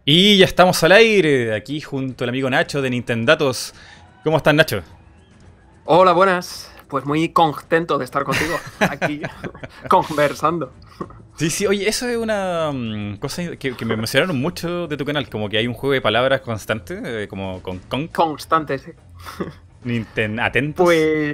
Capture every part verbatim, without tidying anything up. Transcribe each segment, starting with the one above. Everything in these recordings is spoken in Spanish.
Y ya estamos al aire, aquí junto al amigo Nacho de Nintendatos. ¿Cómo estás, Nacho? Hola, buenas. Pues muy contento de estar contigo, aquí, conversando. Sí, sí, oye, eso es una um, cosa que, que me emocionaron mucho de tu canal, como que hay un juego de palabras constante, eh, como con Conk. Constante, sí. Ninten atentos. Pues...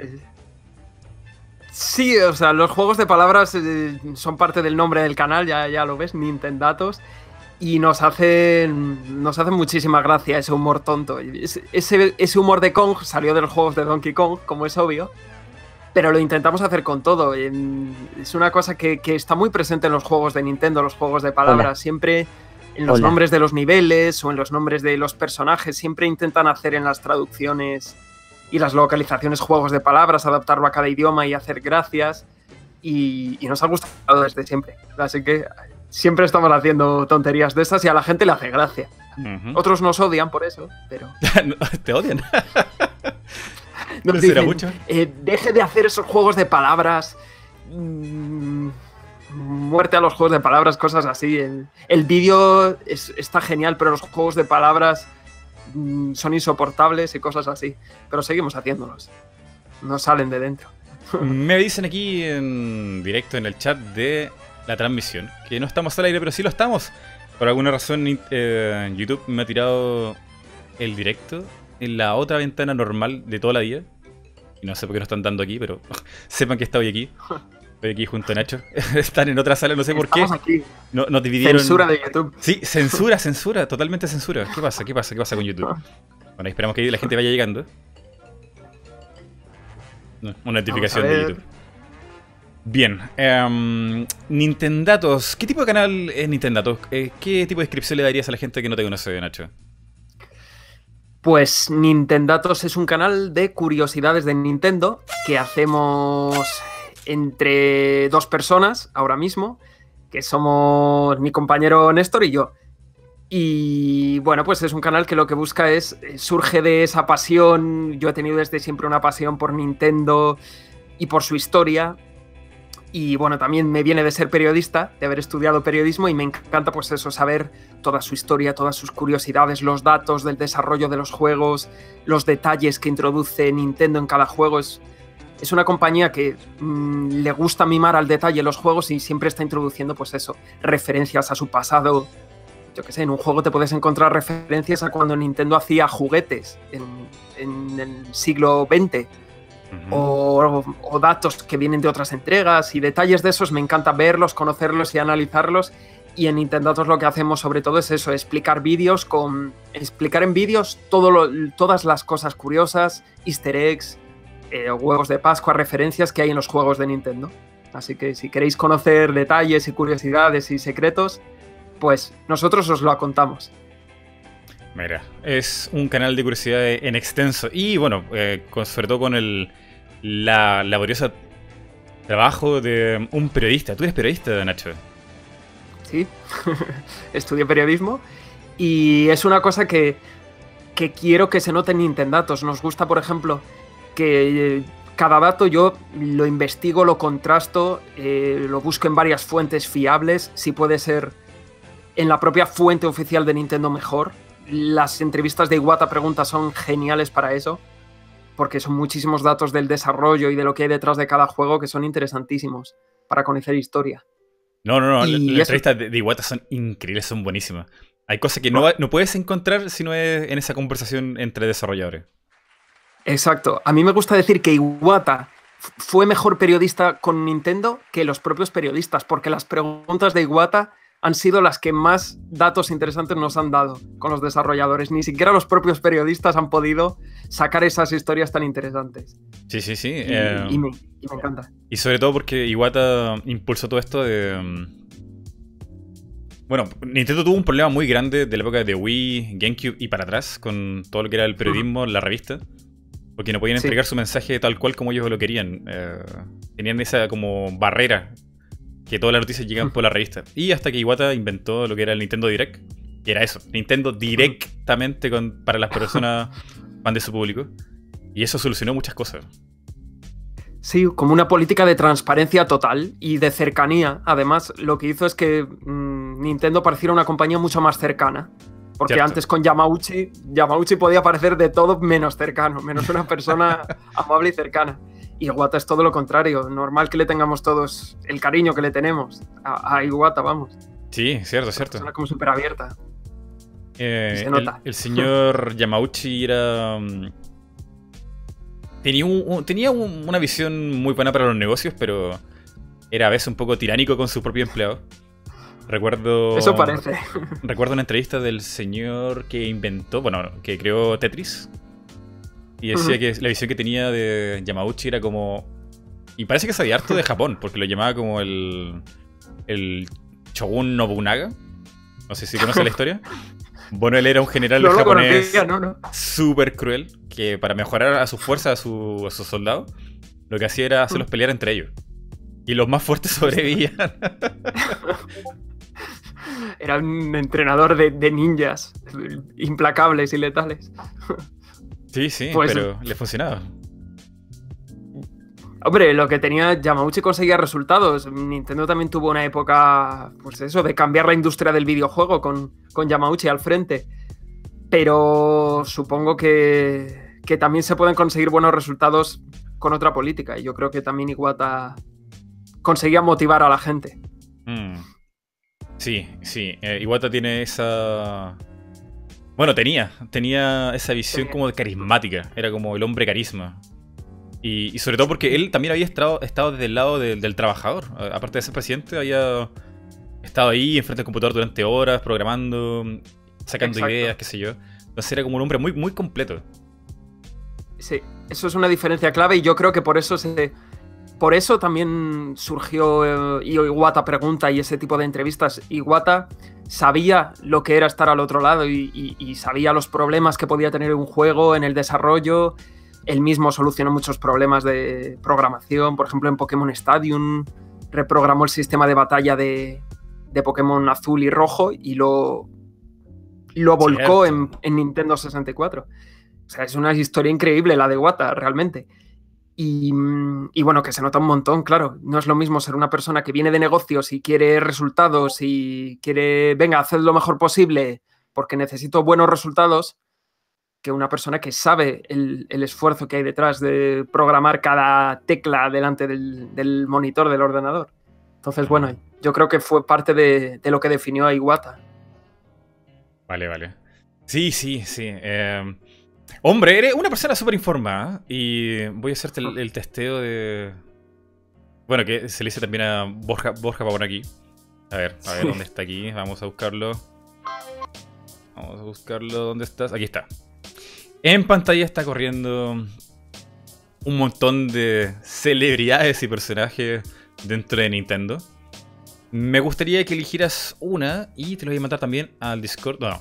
Sí, o sea, los juegos de palabras eh, son parte del nombre del canal, ya, ya lo ves, Nintendatos. Y nos hacen, nos hacen muchísima gracia ese humor tonto. Ese, ese humor de Kong salió de los juegos de Donkey Kong, como es obvio. Pero lo intentamos hacer con todo. Es una cosa que, que está muy presente en los juegos de Nintendo, los juegos de palabras. Hola. Siempre en los Hola. nombres de los niveles o en los nombres de los personajes, siempre intentan hacer en las traducciones y las localizaciones juegos de palabras, adaptarlo a cada idioma y hacer gracias. Y, y nos ha gustado desde siempre. Así que siempre estamos haciendo tonterías de estas y a la gente le hace gracia. Uh-huh. Otros nos odian por eso, pero... ¿Te odian? Nos ¿No dicen, mucho? Eh, deje de hacer esos juegos de palabras, mmm, muerte a los juegos de palabras, cosas así. El, el vídeo es, está genial, pero los juegos de palabras mmm, son insoportables y cosas así. Pero seguimos haciéndolos. No salen de dentro. Me dicen aquí en directo en el chat de la transmisión que no estamos al aire, pero sí lo estamos. Por alguna razón eh, YouTube me ha tirado el directo en la otra ventana normal de toda la vida. Y no sé por qué no están dando aquí, pero sepan que estoy aquí. Estoy aquí junto a Nacho. Están en otra sala, no sé por qué. Estamos aquí. No, nos dividieron. Censura de YouTube. Sí, censura, censura, totalmente censura. ¿Qué pasa? ¿Qué pasa? ¿Qué pasa con YouTube? Bueno, esperamos que la gente vaya llegando. No, una notificación de YouTube. Bien, um, Nintendatos. ¿Qué tipo de canal es Nintendatos? Eh, ¿Qué tipo de descripción le darías a la gente que no te conoce, Nacho? Pues Nintendatos es un canal de curiosidades de Nintendo que hacemos entre dos personas ahora mismo, que somos mi compañero Néstor y yo. Y bueno, pues es un canal que lo que busca es, surge de esa pasión. Yo he tenido desde siempre una pasión por Nintendo y por su historia. Y bueno, también me viene de ser periodista, de haber estudiado periodismo, y me encanta pues eso, saber toda su historia, todas sus curiosidades, los datos del desarrollo de los juegos, los detalles que introduce Nintendo en cada juego. Es, es una compañía que mmm, le gusta mimar al detalle los juegos y siempre está introduciendo pues eso, referencias a su pasado. Yo qué sé, en un juego te puedes encontrar referencias a cuando Nintendo hacía juguetes en, en el siglo veinte. Uh-huh. o, o datos que vienen de otras entregas y detalles de esos. Me encanta verlos, conocerlos y analizarlos. Y en Nintendatos lo que hacemos sobre todo es eso, explicar vídeos con explicar en vídeos todo lo, todas las cosas curiosas, easter eggs, eh, huevos de Pascua, referencias que hay en los juegos de Nintendo. Así que si queréis conocer detalles y curiosidades y secretos, pues nosotros os lo contamos. Mira, es un canal de curiosidad en extenso y bueno, eh, con, sobre todo con el la laboriosa trabajo de un periodista. ¿Tú eres periodista, Nacho? Sí, estudié periodismo y es una cosa que, que quiero que se note en Nintendatos. Nos gusta, por ejemplo, que cada dato yo lo investigo, lo contrasto, eh, lo busco en varias fuentes fiables, si puede ser en la propia fuente oficial de Nintendo mejor. Las entrevistas de Iwata Pregunta son geniales para eso, porque son muchísimos datos del desarrollo y de lo que hay detrás de cada juego que son interesantísimos para conocer historia. No, no, no, las entrevistas de, de Iwata son increíbles, son buenísimas. Hay cosas que no, no puedes encontrar si no es en esa conversación entre desarrolladores. Exacto. A mí me gusta decir que Iwata fue mejor periodista con Nintendo que los propios periodistas, porque las preguntas de Iwata han sido las que más datos interesantes nos han dado con los desarrolladores. Ni siquiera los propios periodistas han podido sacar esas historias tan interesantes. Sí, sí, sí. Y, eh, y, me, y me encanta. Y sobre todo porque Iwata impulsó todo esto de... Bueno, Nintendo tuvo un problema muy grande de la época de Wii, GameCube y para atrás con todo lo que era el periodismo, uh-huh. la revista. Porque no podían entregar sí. su mensaje tal cual como ellos lo querían. Eh, tenían esa como barrera que todas las noticias llegan por la revista. Y hasta que Iwata inventó lo que era el Nintendo Direct, que era eso, Nintendo directamente con, para las personas fan de su público. Y eso solucionó muchas cosas. Sí, como una política de transparencia total y de cercanía. Además, lo que hizo es que mmm, Nintendo pareciera una compañía mucho más cercana. Porque Cierto. antes con Yamauchi, Yamauchi podía parecer de todo menos cercano, menos una persona amable y cercana. Y Iwata es todo lo contrario. Normal que le tengamos todos el cariño que le tenemos a, a Iwata, vamos. Sí, cierto, Una cierto. persona como súper abierta. Eh, se el, nota. el señor Yamauchi era... um, tenía un- un- tenía un- una visión muy buena para los negocios, pero era a veces un poco tiránico con su propio empleado. Recuerdo... Eso parece. Recuerdo una entrevista del señor que inventó, bueno, que creó Tetris. Y decía Ujú. que la visión que tenía de Yamauchi era como... Y parece que sabía harto de Japón, porque lo llamaba como el... El Shogun Nobunaga. No sé si conoce la historia. Bueno, él era un general No lo japonés conocía, no, no. súper cruel, que para mejorar a su fuerza, a, su- a sus soldados, lo que hacía era hacerlos pelear entre ellos. Y los más fuertes sobrevivían. Era un entrenador de, de ninjas implacables y letales. Sí, sí, Pues- pero le funcionaba. Hombre, lo que tenía Yamauchi conseguía resultados. Nintendo también tuvo una época, pues eso, de cambiar la industria del videojuego con, con Yamauchi al frente. Pero supongo que, que también se pueden conseguir buenos resultados con otra política. Y yo creo que también Iwata conseguía motivar a la gente. Mm. Sí, sí. eh, Iwata tiene esa... Bueno, tenía. Tenía esa visión Tenía. como de carismática. Era como el hombre carisma. Y, y sobre todo porque él también había estado, estado desde el lado del- del trabajador. A- Aparte de ser presidente, había estado ahí enfrente del computador durante horas, programando, sacando Exacto. ideas, qué sé yo. Entonces era como un hombre muy, muy completo. Sí, eso es una diferencia clave y yo creo que por eso se... Por eso también surgió eh, Iwata Pregunta y ese tipo de entrevistas. Iwata sabía lo que era estar al otro lado y, y- y sabía los problemas que podía tener un juego en el desarrollo. Él mismo solucionó muchos problemas de programación. Por ejemplo, en Pokémon Stadium reprogramó el sistema de batalla de, de Pokémon azul y rojo y lo, lo volcó en, Cierto. en Nintendo sesenta y cuatro. O sea, es una historia increíble la de Iwata, realmente. Y, y bueno, que se nota un montón, claro. No es lo mismo ser una persona que viene de negocios y quiere resultados y quiere, venga, haced lo mejor posible porque necesito buenos resultados, que una persona que sabe el, el esfuerzo que hay detrás de programar cada tecla delante del, del monitor del ordenador. Entonces, bueno, yo creo que fue parte de, de lo que definió a Iwata. Vale, vale. Sí, sí, sí. eh, Hombre, eres una persona súper informada. Y voy a hacerte el, el testeo de... Bueno, que se le hice también a Borja, Borja para poner aquí. A ver, a ver Sí. dónde está aquí. Vamos a buscarlo. Vamos a buscarlo. ¿Dónde estás? Aquí está. En pantalla está corriendo un montón de celebridades y personajes dentro de Nintendo. Me gustaría que eligieras una y te lo voy a mandar también al Discord. No, no,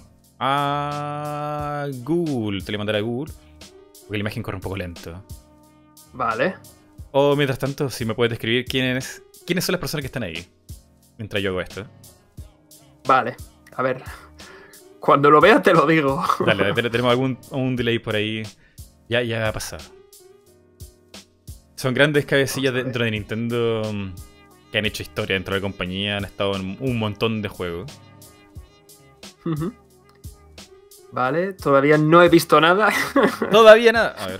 a Google. Te lo voy a mandar a Google porque la imagen corre un poco lento. Vale. O mientras tanto, si me puedes describir quiénes, quiénes son las personas que están ahí mientras yo hago esto. Vale. A ver. Cuando lo vea te lo digo. Dale, te- tenemos algún un delay por ahí. Ya, ya va a pasar. Son grandes cabecillas Vamos a ver. dentro de Nintendo mm, que han hecho historia dentro de la compañía. Han estado en un montón de juegos. Ujú. Vale, todavía no he visto nada. Todavía nada. A ver.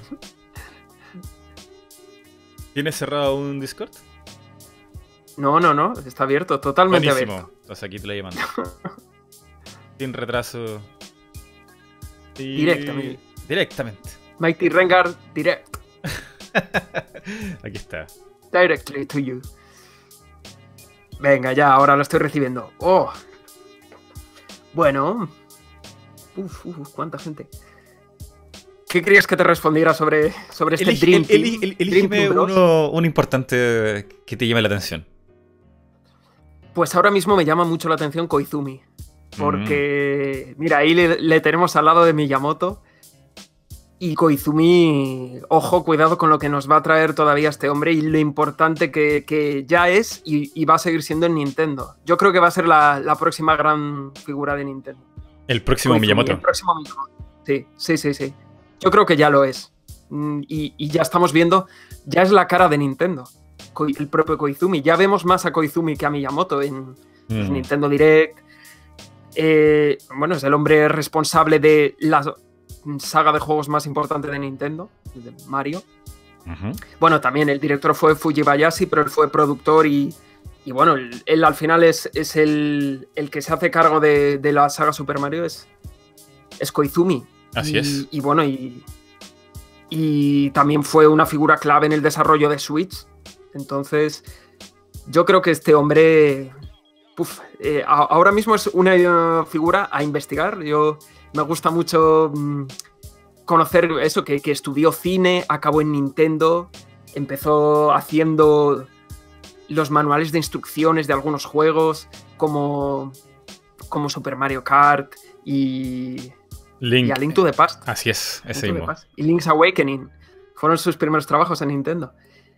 ¿Tienes cerrado un Discord? No, no, no, está abierto, totalmente Buenísimo. abierto. Entonces aquí te lo llamando. Sin retraso. Y- Directamente. Directamente. Mighty Rengar Direct. Aquí está. Directly to you. Venga, ya, ahora lo estoy recibiendo. Oh. Bueno. Uf, uf, cuánta gente. ¿Qué querías que te respondiera sobre, sobre este Elige- Dream el- Team? eli- el- Dream Elígeme Team Bros? uno, uno importante que te llame la atención. Pues ahora mismo me llama mucho la atención Koizumi. Porque, mira, ahí le, le tenemos al lado de Miyamoto. Y Koizumi, ojo, cuidado con lo que nos va a traer todavía este hombre y lo importante que, que ya es y, y va a seguir siendo en Nintendo. Yo creo que va a ser la, la próxima gran figura de Nintendo. El próximo Koizumi, Miyamoto. El próximo Miyamoto. Sí, sí, sí, sí. Yo creo que ya lo es. Mm, Y, y ya estamos viendo, ya es la cara de Nintendo. Ko- El propio Koizumi. Ya vemos más a Koizumi que a Miyamoto en, Mm. Nintendo Direct. Eh, bueno, es el hombre responsable de la saga de juegos más importante de Nintendo, de Mario. Uh-huh. Bueno, también el director fue Fujibayashi, pero él fue productor y, y bueno, él, él al final es, es el, el que se hace cargo de, de la saga Super Mario, es, es Koizumi. Así y, es. Y bueno, y, y también fue una figura clave en el desarrollo de Switch. Entonces, yo creo que este hombre, uf, eh, a, ahora mismo es una uh, figura a investigar. Yo me gusta mucho um, conocer eso, que, que estudió cine, acabó en Nintendo, empezó haciendo los manuales de instrucciones de algunos juegos, como, como Super Mario Kart y, Link. y A Link to the Past. Así es, ese mismo. Y Link's Awakening. Fueron sus primeros trabajos en Nintendo.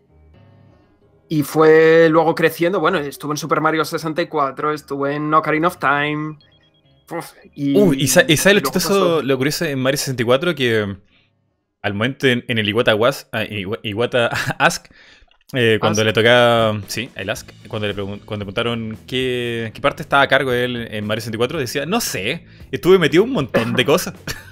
Y fue luego creciendo. Bueno, estuvo en Super Mario sesenta y cuatro, estuvo en Ocarina of Time. Uf, y, uh, y ¿sabes sa lo chistoso, pasó? lo curioso en Mario sesenta y cuatro? Que al momento en, en el Iwata, Was, ah, Iwata Ask, eh, cuando Ask. le tocaba. Sí, el Ask. Cuando le pregun cuando preguntaron qué, qué parte estaba a cargo de él en Mario sesenta y cuatro, decía: no sé, estuve metido en un montón de cosas.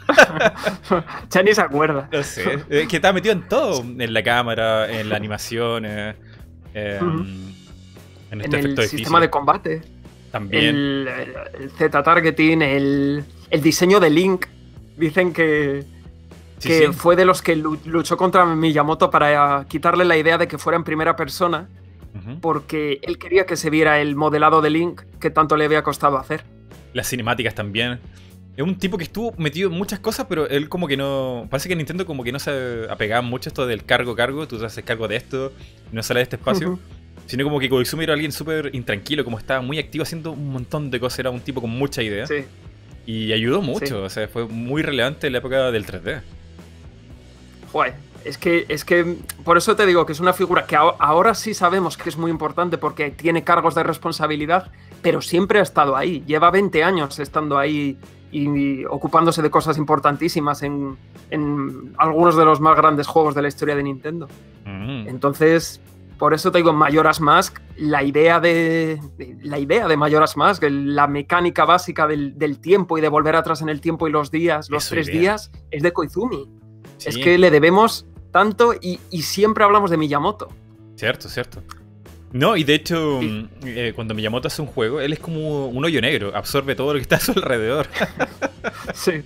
Ya ni se acuerda. No sé, eh, que estaba metido en todo: en la cámara, en la animación, eh, eh, Uh-huh. en, En este el sistema de combate. También. El, el, el Z-Targeting, el, el diseño de Link. Dicen que, Sí, que sí. fue de los que luchó contra Miyamoto para quitarle la idea de que fuera en primera persona, Uh-huh. porque él quería que se viera el modelado de Link que tanto le había costado hacer. Las cinemáticas también. Es un tipo que estuvo metido en muchas cosas, pero él como que no... Parece que Nintendo como que no se apegaba mucho a esto del cargo-cargo. Tú te haces cargo de esto, no sale de este espacio. Uh-huh. Sino como que Koizumi era alguien súper intranquilo, como estaba muy activo haciendo un montón de cosas. Era un tipo con mucha idea. Sí. Y ayudó mucho, Sí. o sea, fue muy relevante en la época del tres D. Joder, es que, es que por eso te digo que es una figura que ahora, ahora sí sabemos que es muy importante porque tiene cargos de responsabilidad, pero siempre ha estado ahí. Lleva veinte años estando ahí y, y ocupándose de cosas importantísimas en, en algunos de los más grandes juegos de la historia de Nintendo. Mm. Entonces, por eso te digo, Majora's Mask, la idea de, de la idea de Majora's Mask, la mecánica básica del, del tiempo y de volver atrás en el tiempo y los días, los Es su tres idea. días, es de Koizumi. Sí, Es que le debemos tanto y, y siempre hablamos de Miyamoto. cierto, cierto. No, y de hecho, Sí. mm, eh, cuando Miyamoto hace un juego, él es como un hoyo negro, absorbe todo lo que está a su alrededor. Sí.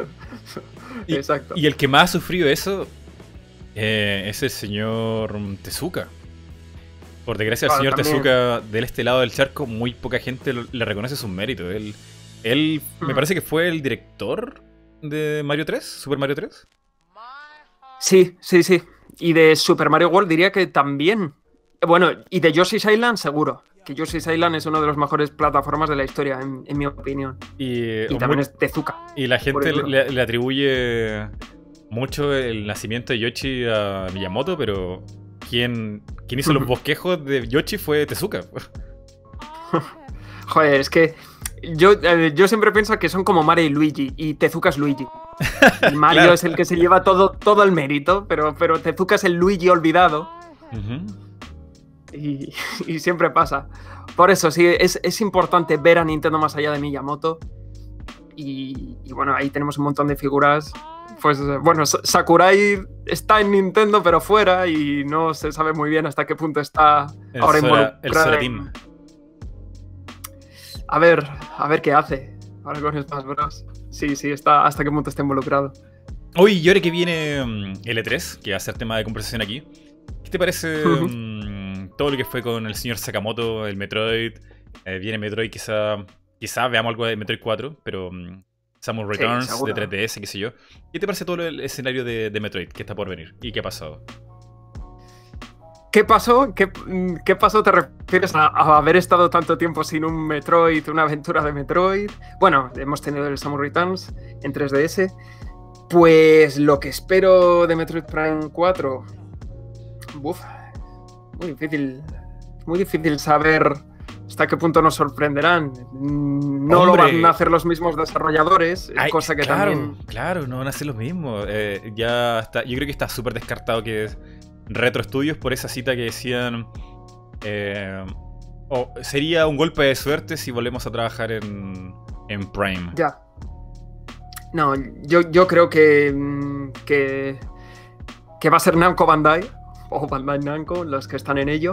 Y, Exacto. y el que más ha sufrido eso eh, es el señor Tezuka. Por desgracia, al Claro, señor también. Tezuka, de este lado del charco, muy poca gente lo- le reconoce sus méritos. Él, él me Mm. parece que fue el director de Mario tres, Super Mario tres. Sí, sí, sí. Y de Super Mario World diría que también. Bueno, y de Yoshi's Island seguro. Que Yoshi's Island es una de las mejores plataformas de la historia, en, en mi opinión. Y, Y también es Tezuka. y la gente ejemplo. le, le atribuye mucho el nacimiento de Yoshi a Miyamoto, pero quien, quien hizo los bosquejos de Yoshi fue Tezuka. Joder, es que yo, eh, yo siempre pienso que son como Mario y Luigi, y Tezuka es Luigi. Y Mario Claro. es el que se lleva todo, todo el mérito, pero, pero Tezuka es el Luigi olvidado. Ujú. Y, y siempre pasa. Por eso, sí, es, es importante ver a Nintendo más allá de Miyamoto. Y, y bueno, ahí tenemos un montón de figuras. Pues bueno, Sa- Sakurai está en Nintendo, pero fuera, y no se sabe muy bien hasta qué punto está El ahora Sora- el involucrado. Sora en- Team. A ver, a ver qué hace ahora con Smash Bros. Sí, sí, está hasta qué punto está involucrado. Hoy, y ahora que viene mm, el E tres, que va a ser tema de conversación aquí, ¿qué te parece Ujú. mm, todo lo que fue con el señor Sakamoto, el Metroid? Eh, viene Metroid, quizá, quizá veamos algo de Metroid cuatro, pero mm, Samus Sí, Returns seguro. de tres D S, qué sé yo. ¿Qué te parece todo el escenario de, de Metroid que está por venir y qué ha pasado? ¿Qué pasó? ¿Qué, mm, qué pasó? ¿Te refieres a, a haber estado tanto tiempo sin un Metroid, una aventura de Metroid? Bueno, hemos tenido el Samus Returns en tres D S. Pues lo que espero de Metroid Prime cuatro. Uf, muy difícil. Muy difícil saber hasta qué punto nos sorprenderán. Mm, No Hombre. lo van a hacer los mismos desarrolladores, Ay, cosa que claro, también. claro, no van a hacer lo mismo. Eh, ya está, yo creo que está súper descartado que es Retro Studios por esa cita que decían. Eh, oh, sería un golpe de suerte si volvemos a trabajar en, en Prime. Ya. No, yo, yo creo que, que, que va a ser Namco Bandai, o Bandai Namco, los que están en ello.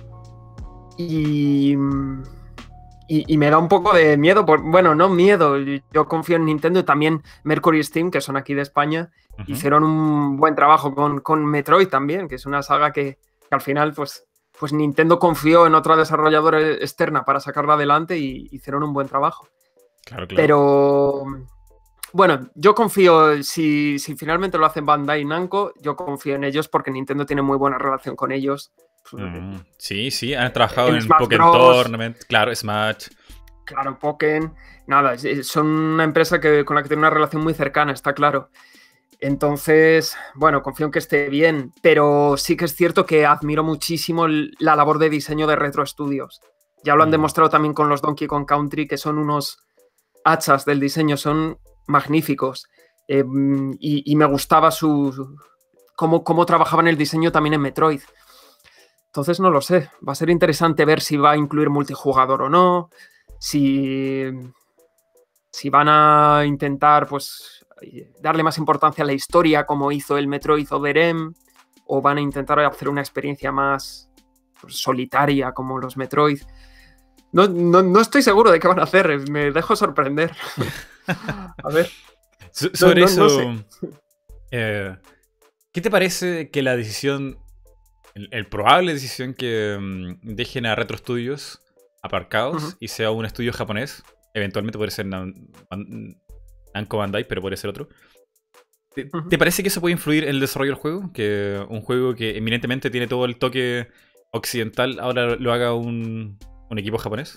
Y, y, y me da un poco de miedo. Por, bueno, no miedo, yo confío en Nintendo y también Mercury Steam, que son aquí de España. Uh-huh. Hicieron un buen trabajo con, con Metroid también, que es una saga que, que al final pues, pues Nintendo confió en otra desarrolladora externa para sacarla adelante y hicieron un buen trabajo. Claro, claro. Pero bueno, yo confío, si, si finalmente lo hacen Bandai Namco, yo confío en ellos porque Nintendo tiene muy buena relación con ellos. Mm, sí, sí, han trabajado en, en, en Smash Pokémon Bros. Tournament, claro, Smash. Claro, Pokémon. Nada, son una empresa que, con la que tiene una relación muy cercana, está claro. Entonces, bueno, confío en que esté bien, pero sí que es cierto que admiro muchísimo la labor de diseño de Retro Studios. Ya lo han mm. demostrado también con los Donkey Kong Country, que son unos hachas del diseño, son magníficos. Eh, y, y me gustaba su cómo, cómo trabajaban el diseño también en Metroid. Entonces no lo sé, va a ser interesante ver si va a incluir multijugador o no, si, si van a intentar pues darle más importancia a la historia como hizo el Metroid Other M, o van a intentar hacer una experiencia más pues, solitaria como los Metroid. No, no, no estoy seguro de qué van a hacer, me dejo sorprender. A ver. So, sobre no, eso, no, no sé. eh, ¿qué te parece que la decisión, el, el probable decisión que um, dejen a Retro Studios aparcados uh-huh. y sea un estudio japonés? Eventualmente puede ser Nam, Namco Bandai, pero puede ser otro. ¿Te, uh-huh. ¿Te parece que eso puede influir en el desarrollo del juego? Que un juego que eminentemente tiene todo el toque occidental ahora lo haga un... ¿Un equipo japonés?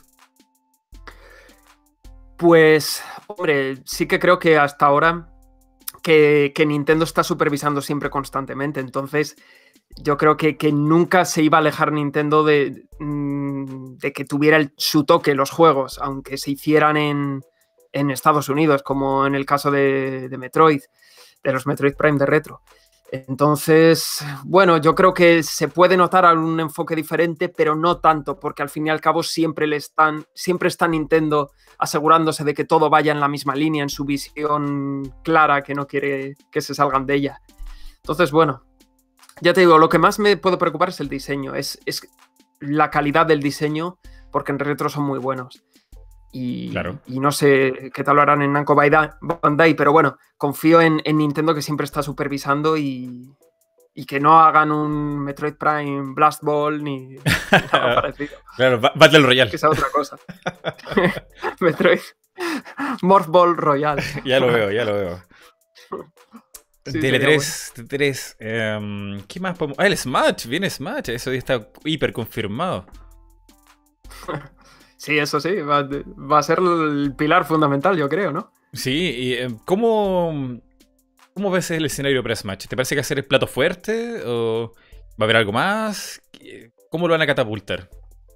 Pues, hombre, sí que creo que hasta ahora que, que Nintendo está supervisando siempre constantemente. Entonces, yo creo que, que nunca se iba a alejar Nintendo de, de que tuviera el, su toque los juegos, aunque se hicieran en, en Estados Unidos, como en el caso de, de Metroid, de los Metroid Prime de Retro. Entonces, bueno, yo creo que se puede notar un enfoque diferente, pero no tanto, porque al fin y al cabo siempre le están, siempre está Nintendo asegurándose de que todo vaya en la misma línea, en su visión clara, que no quiere que se salgan de ella. Entonces, bueno, ya te digo, lo que más me puede preocupar es el diseño, es, es la calidad del diseño, porque en Retro son muy buenos. Y, claro. y no sé qué tal lo harán en Namco Bandai, pero bueno, confío en, en Nintendo, que siempre está supervisando y, y que no hagan un Metroid Prime Blast Ball ni nada parecido. Claro, Battle Royale. Que sea otra cosa. Metroid Morph Ball Royale. Ya lo veo, ya lo veo. Sí, T L tres, bueno. T L tres. Um, ¿Qué más podemos...? Ah, el Smash, viene Smash, eso ya está hiper confirmado. Sí, eso sí, va, va a ser el pilar fundamental, yo creo, ¿no? Sí, y ¿cómo, cómo ves el escenario para Smash? ¿Te parece que va a ser el plato fuerte o va a haber algo más? ¿Cómo lo van a catapultar?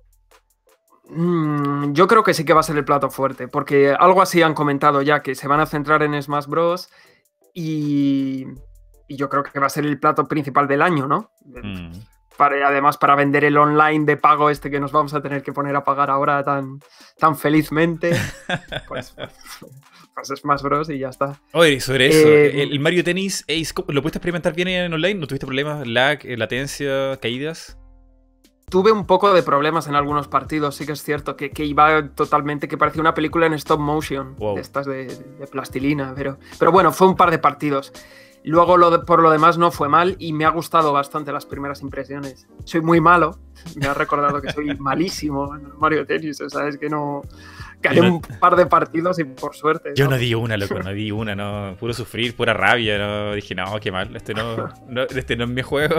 Mm, yo creo que sí que va a ser el plato fuerte, porque algo así han comentado ya, que se van a centrar en Smash Bros. Y, y yo creo que va a ser el plato principal del año, ¿no? Mm. Para, además, para vender el online de pago este que nos vamos a tener que poner a pagar ahora tan, tan felizmente, pues, pues Smash Bros. Y ya está. Oye, sobre eso, eh, el Mario Tennis Ace, ¿lo pudiste experimentar bien en online? ¿No tuviste problemas? ¿Lag, latencia, caídas? Tuve un poco de problemas en algunos partidos, sí que es cierto, que, que iba totalmente, que parecía una película en stop motion, wow. de estas de, de plastilina, pero, pero bueno, fue un par de partidos. Luego, lo de, por lo demás, no fue mal y me ha gustado bastante las primeras impresiones. Soy muy malo, me ha recordado que soy malísimo en Mario Tennis, o sea, es que no... Gané no, un par de partidos y por suerte. Yo no, no di una, loco, no di una, no. Puro sufrir, pura rabia, no. Dije, no, qué mal, este no, no, este no es mi juego.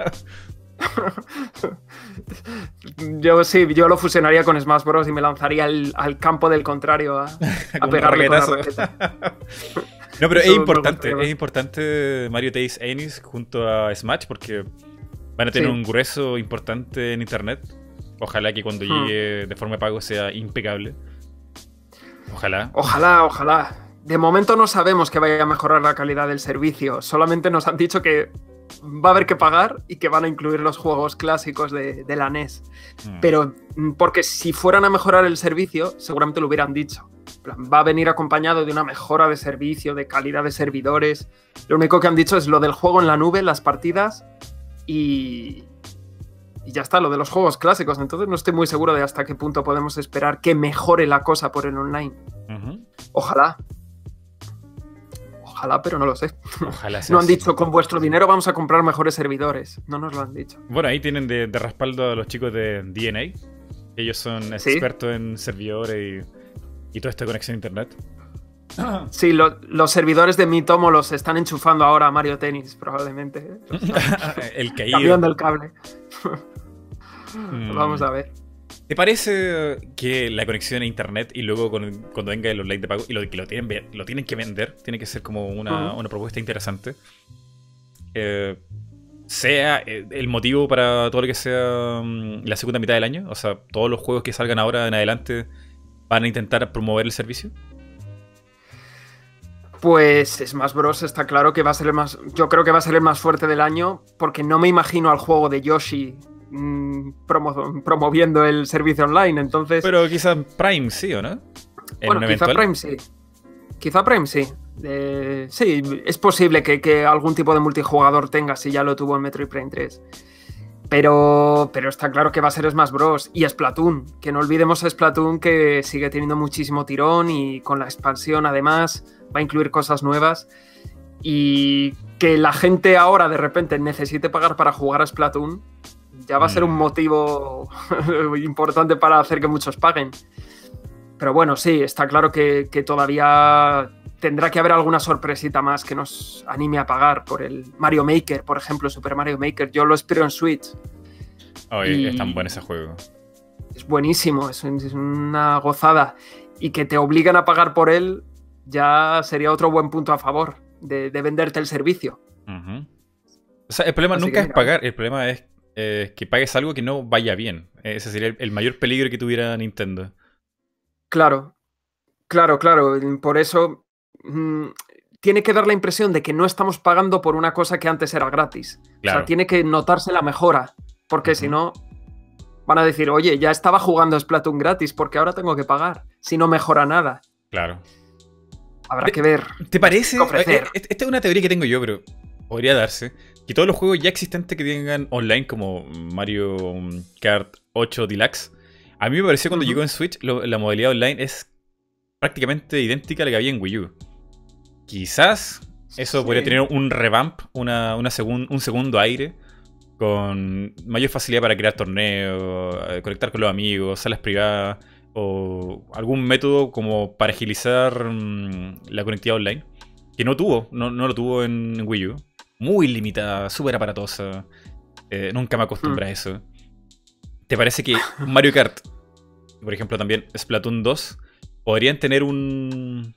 Yo sí, yo lo fusionaría con Smash Bros. Y me lanzaría al, al campo del contrario a, a pegarle con la raqueta. No, pero es importante, es importante Mario Tennis Ace junto a Smash porque van a tener sí. un grueso importante en internet. Ojalá que cuando hmm. llegue de forma de pago sea impecable. Ojalá. Ojalá, ojalá. De momento no sabemos que vaya a mejorar la calidad del servicio. Solamente nos han dicho que va a haber que pagar y que van a incluir los juegos clásicos de, de la N E S. Hmm. Pero porque si fueran a mejorar el servicio, seguramente lo hubieran dicho. plan, va a venir acompañado de una mejora de servicio, de calidad de servidores. Lo único que han dicho es lo del juego en la nube, las partidas y, y ya está, lo de los juegos clásicos. Entonces no estoy muy seguro de hasta qué punto podemos esperar que mejore la cosa por el online. Uh-huh. Ojalá. Ojalá, pero no lo sé. Ojalá sea no han así. dicho, con vuestro dinero vamos a comprar mejores servidores. No nos lo han dicho. Bueno, ahí tienen de, de respaldo a los chicos de D N A. Ellos son ¿Sí? expertos en servidores y, y toda esta conexión a internet. Sí, lo, los servidores de Mi Tomo los están enchufando ahora a Mario Tennis, probablemente. El caído. Cambiando el cable. mm. Vamos a ver. ¿Te parece que la conexión a internet y luego con, cuando venga el online de pago y lo que lo tienen, lo tienen que vender, tiene que ser como una, uh-huh. una propuesta interesante, eh, sea el motivo para todo lo que sea um, la segunda mitad del año? O sea, todos los juegos que salgan ahora en adelante van a intentar promover el servicio. Pues Smash Bros. Está claro que va a ser el más. Yo creo que va a ser el más fuerte del año, porque no me imagino al juego de Yoshi Promo, promoviendo el servicio online, entonces... Pero quizá Prime sí, ¿o no? ¿En bueno, quizá eventual? Prime sí. Quizá Prime sí. Eh, sí, es posible que, que algún tipo de multijugador tenga, si ya lo tuvo en Metroid Prime tres. Pero, pero está claro que va a ser Smash Bros. Y Splatoon. Que no olvidemos a Splatoon, que sigue teniendo muchísimo tirón y con la expansión, además, va a incluir cosas nuevas. Y que la gente ahora, de repente, necesite pagar para jugar a Splatoon, ya va a ser un motivo importante para hacer que muchos paguen. Pero bueno, sí, está claro que, que todavía tendrá que haber alguna sorpresita más que nos anime a pagar por el Mario Maker, por ejemplo, Super Mario Maker. Yo lo espero en Switch. Oye, y es tan bueno ese juego. Es buenísimo, es, es una gozada. Y que te obligan a pagar por él ya sería otro buen punto a favor de, de venderte el servicio. Uh-huh. O sea, el problema Así nunca es pagar, el problema es Eh, que pagues algo que no vaya bien. Ese sería el, el mayor peligro que tuviera Nintendo. Claro, claro, claro. Por eso mmm, tiene que dar la impresión de que no estamos pagando por una cosa que antes era gratis. Claro. O sea, tiene que notarse la mejora, porque uh-huh. si no van a decir, oye, ya estaba jugando Splatoon gratis, porque ahora tengo que pagar, si no mejora nada. Claro. Habrá que ver. ¿Te parece? Esta es una teoría que tengo yo, pero podría darse. Que todos los juegos ya existentes que tengan online, como Mario Kart ocho Deluxe, a mí me pareció cuando uh-huh. llegó en Switch, lo, la modalidad online es prácticamente idéntica a la que había en Wii U. Quizás eso sí. podría tener un revamp, una, una segun, un segundo aire, con mayor facilidad para crear torneos, conectar con los amigos, salas privadas, o algún método como para agilizar mmm, la conectividad online, que no tuvo, no, no lo tuvo en Wii U. Muy limitada, súper aparatosa. Eh, nunca me acostumbré mm. a eso. ¿Te parece que Mario Kart, por ejemplo también Splatoon dos, podrían tener un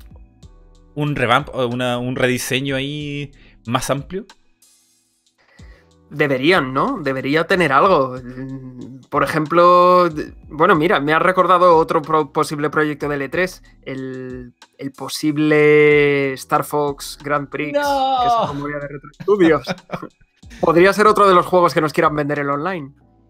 un revamp o una, un rediseño ahí más amplio? Deberían, ¿no? Debería tener algo. Por ejemplo, bueno, mira, me ha recordado otro pro posible proyecto de L tres, el, el posible Star Fox Grand Prix, ¡No! que es como de Retro Studios. Podría ser otro de los juegos que nos quieran vender en online.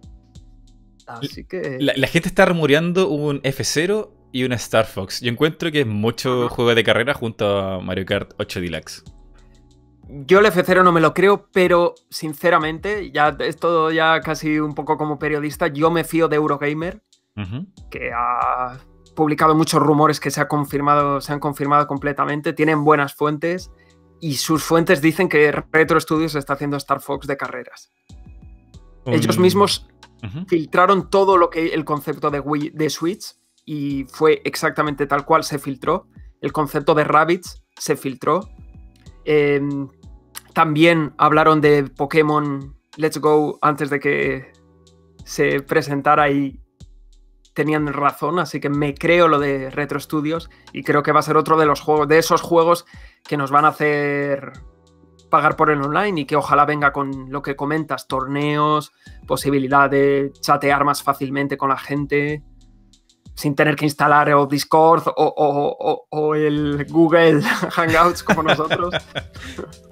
Así que... La, la gente está rumoreando un F cero y un Star Fox. Yo encuentro que es mucho uh-huh. juego de carrera junto a Mario Kart ocho Deluxe. Yo el F cero no me lo creo, pero sinceramente, ya es todo ya casi un poco como periodista, yo me fío de Eurogamer, uh-huh. que ha publicado muchos rumores que se, ha confirmado, se han confirmado completamente, tienen buenas fuentes y sus fuentes dicen que Retro Studios está haciendo Star Fox de carreras. Um, Ellos mismos uh-huh. filtraron todo lo que el concepto de, Wii, de Switch y fue exactamente tal cual se filtró. El concepto de Rabbids se filtró. Eh, también hablaron de Pokémon Let's Go antes de que se presentara y tenían razón, así que me creo lo de Retro Studios y creo que va a ser otro de los juegos, de esos juegos que nos van a hacer pagar por el online y que ojalá venga con lo que comentas, torneos, posibilidad de chatear más fácilmente con la gente sin tener que instalar o Discord o, o, o, o el Google Hangouts como nosotros.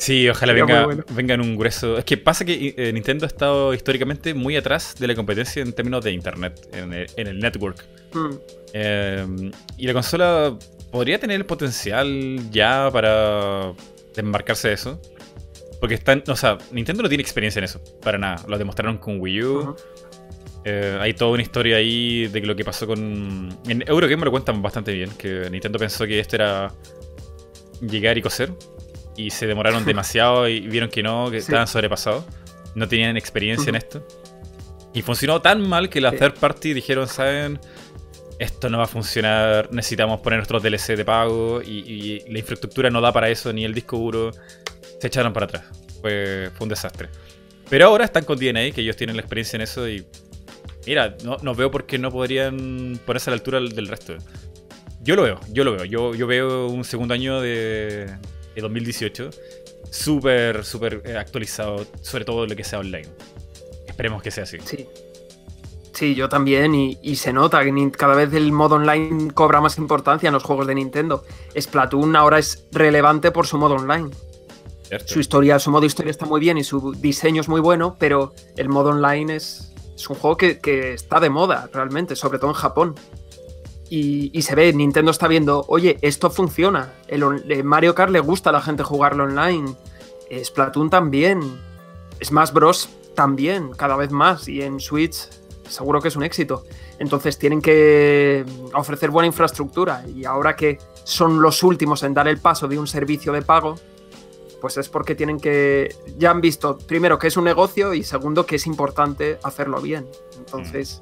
Sí, ojalá Sería venga, muy bueno. venga en un grueso. Es que pasa que eh, Nintendo ha estado históricamente muy atrás de la competencia en términos de internet, en el, en el network. Mm, Eh, y la consola podría tener el potencial ya para desmarcarse de eso. Porque están, o sea, Nintendo no tiene experiencia en eso, para nada. Lo demostraron con Wii U. ujú. Eh, hay toda una historia ahí de lo que pasó con... En Eurogame me lo cuentan bastante bien, que Nintendo pensó que esto era llegar y coser, y se demoraron demasiado y vieron que no, que Sí. estaban sobrepasados, no tenían experiencia en Ujú. esto. Y funcionó tan mal que la Sí. third party dijeron, ¿saben? Esto no va a funcionar, necesitamos poner nuestros D L C de pago y, y la infraestructura no da para eso, ni el disco duro. Se echaron para atrás. Fue, fue un desastre. Pero ahora están con D N A, que ellos tienen la experiencia en eso y... Mira, no, no veo por qué no podrían ponerse a la altura del, del resto. Yo lo veo, yo lo veo. Yo, yo veo un segundo año de, de dos mil dieciocho súper, súper eh, actualizado, sobre todo lo que sea online. Esperemos que sea así. Sí. Sí, yo también, y, y se nota que nin- cada vez el modo online cobra más importancia en los juegos de Nintendo. Splatoon ahora es relevante por su modo online. ¿Cierto? Su historia, su modo historia está muy bien y su diseño es muy bueno, pero el modo online es, es un juego que, que está de moda realmente, sobre todo en Japón. Y, y se ve, Nintendo está viendo, oye, esto funciona. El, on- eh, Mario Kart le gusta a la gente jugarlo online. eh, Splatoon también. Smash Bros. También, cada vez más. Y en Switch seguro que es un éxito. Entonces tienen que ofrecer buena infraestructura. Y ahora que son los últimos en dar el paso de un servicio de pago, pues es porque tienen que... Ya han visto, primero, que es un negocio y segundo, que es importante hacerlo bien. Entonces...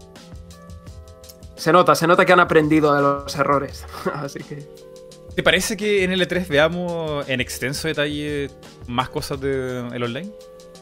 Se nota, se nota que han aprendido de los errores. Así que... ¿Te parece que en el E tres veamos en extenso detalle más cosas del online?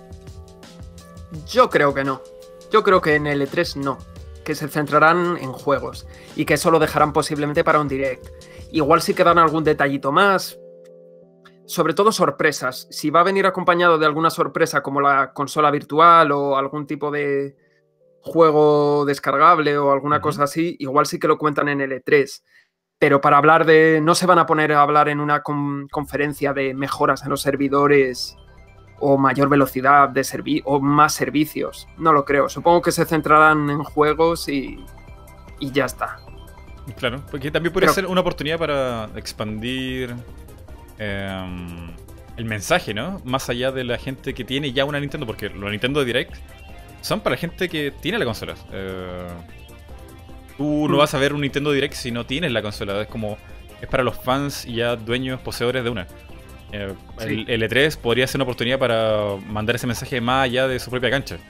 Yo creo que no. Yo creo que en el E tres no. Que se centrarán en juegos. Y que eso lo dejarán posiblemente para un direct. Igual sí que dan algún detallito más. Sobre todo sorpresas. Si va a venir acompañado de alguna sorpresa como la consola virtual o algún tipo de juego descargable o alguna Ujú. cosa así, igual sí que lo cuentan en el E tres. Pero para hablar de... No se van a poner a hablar en una con- conferencia de mejoras en los servidores o mayor velocidad de servi o más servicios. No lo creo. Supongo que se centrarán en juegos y, y ya está. Claro, porque también podría Pero- ser una oportunidad para expandir eh, el mensaje, ¿no? Más allá de la gente que tiene ya una Nintendo, porque los Nintendo Direct son para la gente que tiene la consola. Eh, tú no Mm. vas a ver un Nintendo Direct si no tienes la consola. Es como, es para los fans y ya dueños, poseedores de una. Eh, Sí. el, el E tres podría ser una oportunidad para mandar ese mensaje más allá de su propia cancha.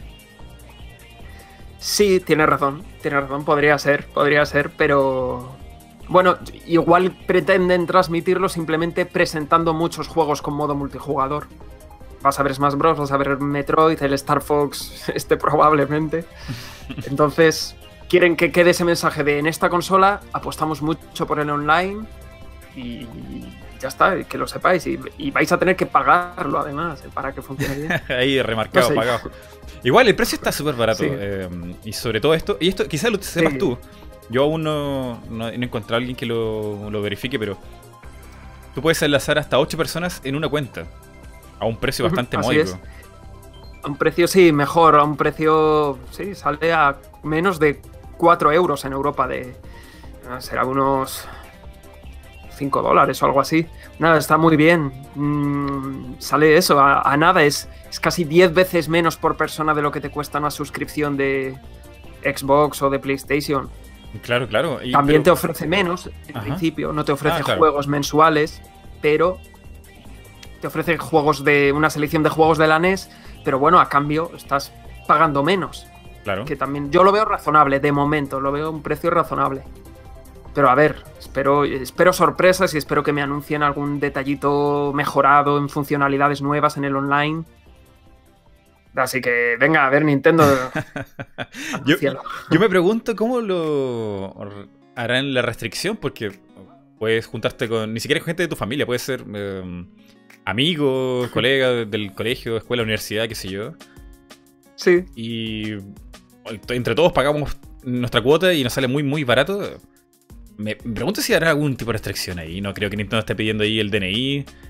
Sí, tiene razón. Tiene razón. Podría ser, podría ser, pero... Bueno, igual pretenden transmitirlo simplemente presentando muchos juegos con modo multijugador. Vas a ver Smash Bros, vas a ver Metroid, el Star Fox, este probablemente. Entonces, quieren que quede ese mensaje de en esta consola apostamos mucho por el online y ya está, que lo sepáis. Y, y vais a tener que pagarlo además eh, para que funcione bien. Ahí remarcado, No sé. pagado. Igual el precio está súper barato. Sí. eh, y sobre todo esto, y esto quizás lo sepas Sí. tú. Yo aún no, no, no he encontrado a alguien que lo, lo verifique, pero tú puedes enlazar hasta ocho personas en una cuenta. A un precio Ujú, bastante así módico. es. A un precio, sí, mejor. A un precio, sí, sale a menos de cuatro euros en Europa. De, ah, será unos cinco dólares o algo así. Nada, está muy bien. Mm, sale eso, a, a nada. Es, es casi diez veces menos por persona de lo que te cuesta una suscripción de Xbox o de PlayStation. Claro, claro. Y, También te pero- ofrece menos, en Ajá. principio. No te ofrece Ah, claro. juegos mensuales, pero te ofrece juegos de una selección de juegos de la N E S, pero bueno, a cambio estás pagando menos. Claro. Que también yo lo veo razonable, de momento, lo veo un precio razonable. Pero a ver, espero, espero sorpresas y espero que me anuncien algún detallito mejorado en funcionalidades nuevas en el online. Así que venga, a ver, Nintendo. yo, anúncialo. yo me pregunto cómo lo harán la restricción, porque puedes juntarte con. Ni siquiera con gente de tu familia, puede ser eh, amigos, colegas del colegio, escuela, universidad, qué sé yo. Sí, Y entre todos pagamos nuestra cuota y nos sale muy, muy barato. Me me pregunto si hará algún tipo de restricción ahí. No creo que Nintendo esté pidiendo ahí el D N I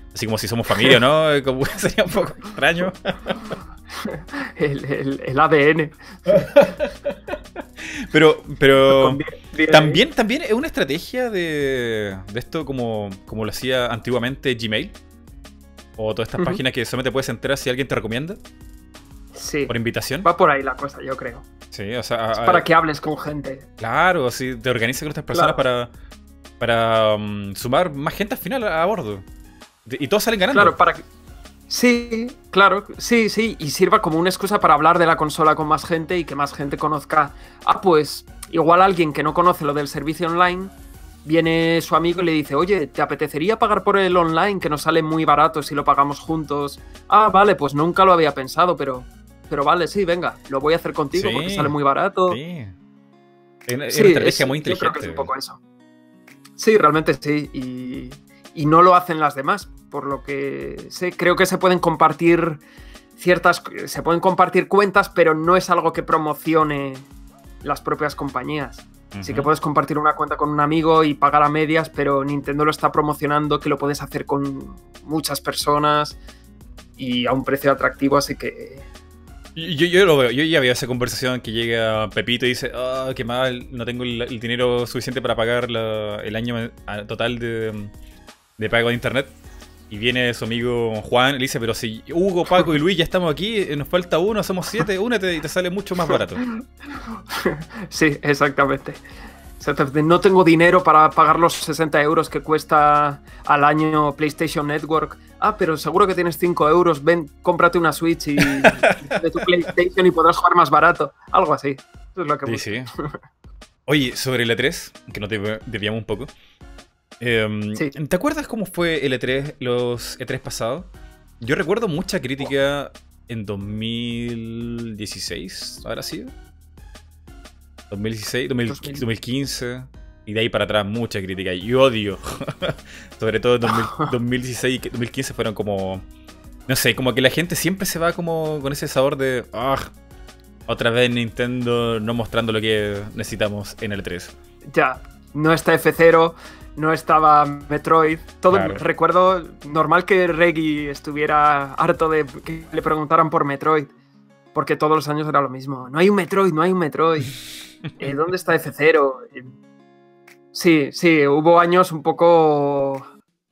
Así como si somos familia, ¿no? Como sería un poco extraño. El, el, el A D N. Pero, pero Bien, bien también, también es una estrategia de, de esto como, como lo hacía antiguamente Gmail. O todas estas Ujú. páginas que solamente puedes enterar si alguien te recomienda Sí, por invitación. va por ahí la cosa, yo creo. Sí, o sea, Es a- para a- que hables con gente. claro, así te organizas con otras personas Claro. para, para um, sumar más gente al final a, a bordo. De- Y todos salen ganando. Claro, para que... Sí, claro, sí, sí, y sirva como una excusa para hablar de la consola con más gente y que más gente conozca. Ah, pues igual alguien que no conoce lo del servicio online, viene su amigo y le dice, oye, ¿te apetecería pagar por el online que nos sale muy barato si lo pagamos juntos? Ah, vale, pues nunca lo había pensado, pero, pero vale, sí, venga, lo voy a hacer contigo Sí, porque sale muy barato. Sí. Es una, es Sí, una estrategia es- muy yo creo inteligente. que es un poco eso. Sí, realmente sí. Y, y no lo hacen las demás. Por lo que sé, creo que se pueden compartir ciertas. Se pueden compartir cuentas, pero no es algo que promocione las propias compañías. Sí que Ujú. puedes compartir una cuenta con un amigo y pagar a medias, pero Nintendo lo está promocionando, que lo puedes hacer con muchas personas y a un precio atractivo, así que. Yo, yo lo veo, yo ya veo esa conversación que llega Pepito y dice, ah, qué mal, no tengo el, el dinero suficiente para pagar la- el año a- total de, de pago de internet. Y viene su amigo Juan y le dice, pero si Hugo, Paco y Luis ya estamos aquí, eh, nos falta uno, somos siete, únete y te sale mucho más barato. Sí, exactamente. Exactamente. No tengo dinero para pagar los sesenta euros que cuesta al año PlayStation Network. Ah, pero seguro que tienes cinco euros. Ven, cómprate una Switch y de tu PlayStation y podrás jugar más barato. Algo así. Eso es lo que Sí, busco. sí. Oye, sobre el E tres, que nos dev- desviamos un poco. em, Sí. ¿Te acuerdas cómo fue el E tres, los E tres pasados? Yo recuerdo mucha crítica en dos mil dieciséis, ¿habrá sido? dos mil dieciséis, dos mil dos mil quince, y de ahí para atrás mucha crítica. Y odio. Sobre todo en dos mil dos mil dieciséis y dos mil quince fueron como... No sé, como que la gente siempre se va como con ese sabor de... Ah, otra vez Nintendo no mostrando lo que necesitamos en el E tres. Ya, no está F cero, no estaba Metroid. Todo Claro. recuerdo normal que Reggie estuviera harto de que le preguntaran por Metroid, porque todos los años era lo mismo. No hay un Metroid, no hay un Metroid. Eh, ¿Dónde está F cero? Eh, sí, sí, hubo años un poco...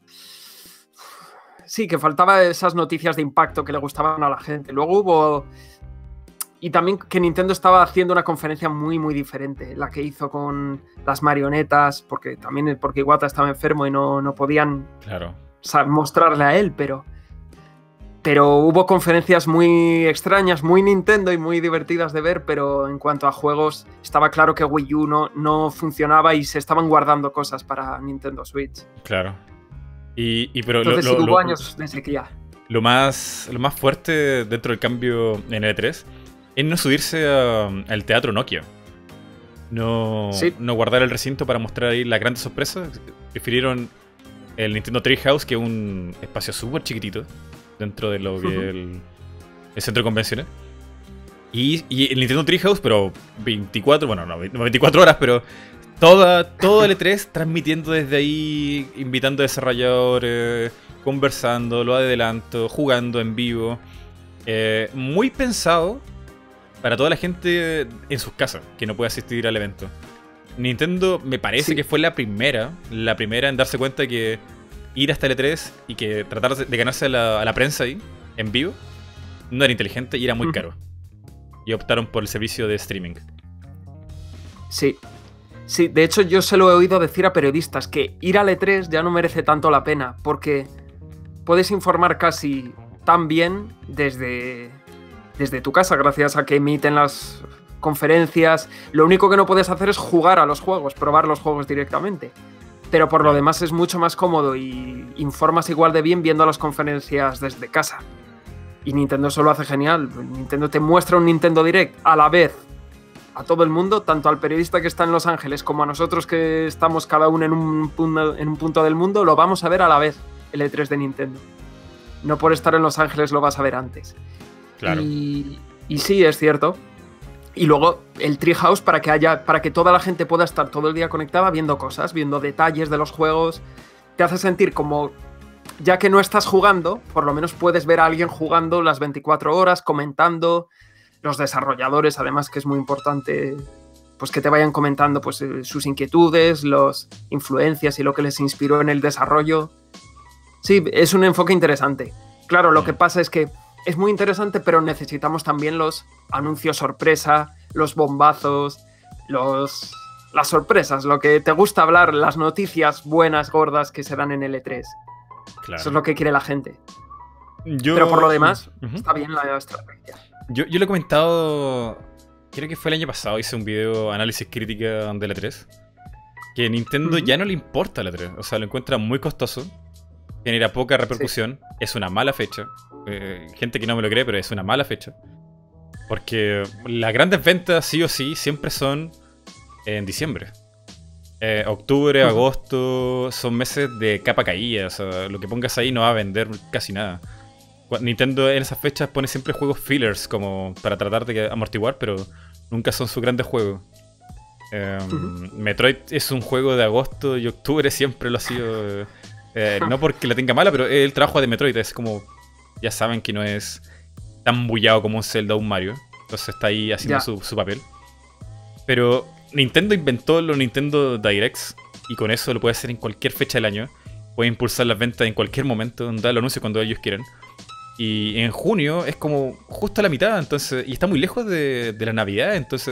Sí, que faltaba esas noticias de impacto que le gustaban a la gente. Luego hubo... Y también que Nintendo estaba haciendo una conferencia muy, muy diferente. La que hizo con las marionetas, porque también porque Iwata estaba enfermo y no, no podían Claro. sa- mostrarle a él, pero... Pero hubo conferencias muy extrañas, muy Nintendo y muy divertidas de ver, pero en cuanto a juegos, estaba claro que Wii U no, no funcionaba y se estaban guardando cosas para Nintendo Switch. Claro. Y, y pero lo, Entonces lo- sí hubo lo- años de sequía. lo más, lo más fuerte dentro del cambio en el E tres es no subirse a- al teatro Nokia. No, Sí. no guardar el recinto para mostrar ahí las grandes sorpresas. Prefirieron el Nintendo Treehouse, que es un espacio súper chiquitito dentro de lo que Ujú. es el, el centro de convenciones. Y, y el Nintendo Treehouse, pero veinticuatro, bueno, no, no veinticuatro horas, pero toda, todo el E tres transmitiendo desde ahí, invitando a desarrolladores, conversando, lo adelanto, jugando en vivo. Eh, muy pensado para toda la gente en sus casas que no puede asistir al evento. Nintendo me parece Sí. que fue la primera, la primera en darse cuenta que ir hasta el E tres y que tratar de de ganarse a la, a la prensa ahí, en vivo, no era inteligente y era muy Ujú. caro. Y optaron por el servicio de streaming. Sí. Sí, de hecho yo se lo he oído decir a periodistas que ir al E tres ya no merece tanto la pena, porque puedes informar casi tan bien desde, desde tu casa, gracias a que emiten las conferencias. Lo único que no puedes hacer es jugar a los juegos, probar los juegos directamente. Pero por lo demás es mucho más cómodo y informas igual de bien viendo las conferencias desde casa. Y Nintendo eso lo hace genial. Nintendo te muestra un Nintendo Direct a la vez a todo el mundo, tanto al periodista que está en Los Ángeles como a nosotros que estamos cada uno en un punto, en un punto del mundo, lo vamos a ver a la vez, el E tres de Nintendo. No por estar en Los Ángeles lo vas a ver antes. Claro. Y, y sí, es cierto. Y luego el Treehouse para que haya, para que toda la gente pueda estar todo el día conectada viendo cosas, viendo detalles de los juegos. Te hace sentir como ya que no estás jugando, por lo menos puedes ver a alguien jugando las veinticuatro horas, comentando, los desarrolladores, además, que es muy importante, pues que te vayan comentando pues, sus inquietudes, las influencias y lo que les inspiró en el desarrollo. Sí, es un enfoque interesante. Claro, lo que pasa es que es muy interesante, pero necesitamos también los anuncios sorpresa, los bombazos, los... las sorpresas, lo que te gusta hablar, las noticias buenas, gordas que se dan en el E tres. Claro. Eso es lo que quiere la gente. Yo... Pero por lo demás, uh-huh. está bien la estrategia. Yo, yo lo he comentado, creo que fue el año pasado, hice un video análisis crítica del E tres, que Nintendo uh-huh. ya no le importa el E tres, o sea, lo encuentra muy costoso, genera poca repercusión, sí. es una mala fecha, eh, gente que no me lo cree, pero es una mala fecha, porque las grandes ventas sí o sí siempre son en diciembre. Eh, octubre, uh-huh. agosto son meses de capa caída, o sea, lo que pongas ahí no va a vender casi nada. Nintendo en esas fechas pone siempre juegos fillers como para tratar de amortiguar, pero nunca son sus grandes juegos. Eh, uh-huh. Metroid es un juego de agosto y octubre, siempre lo ha sido. Eh, no porque la tenga mala, pero el trabajo de Metroid es como, ya saben que no es tan bullado como un Zelda o un Mario, entonces está ahí haciendo su, su papel. Pero Nintendo inventó los Nintendo Directs y con eso lo puede hacer en cualquier fecha del año. Puede impulsar las ventas en cualquier momento, dar el anuncio cuando ellos quieran. Y en junio es como justo a la mitad, entonces, y está muy lejos de, de la Navidad, entonces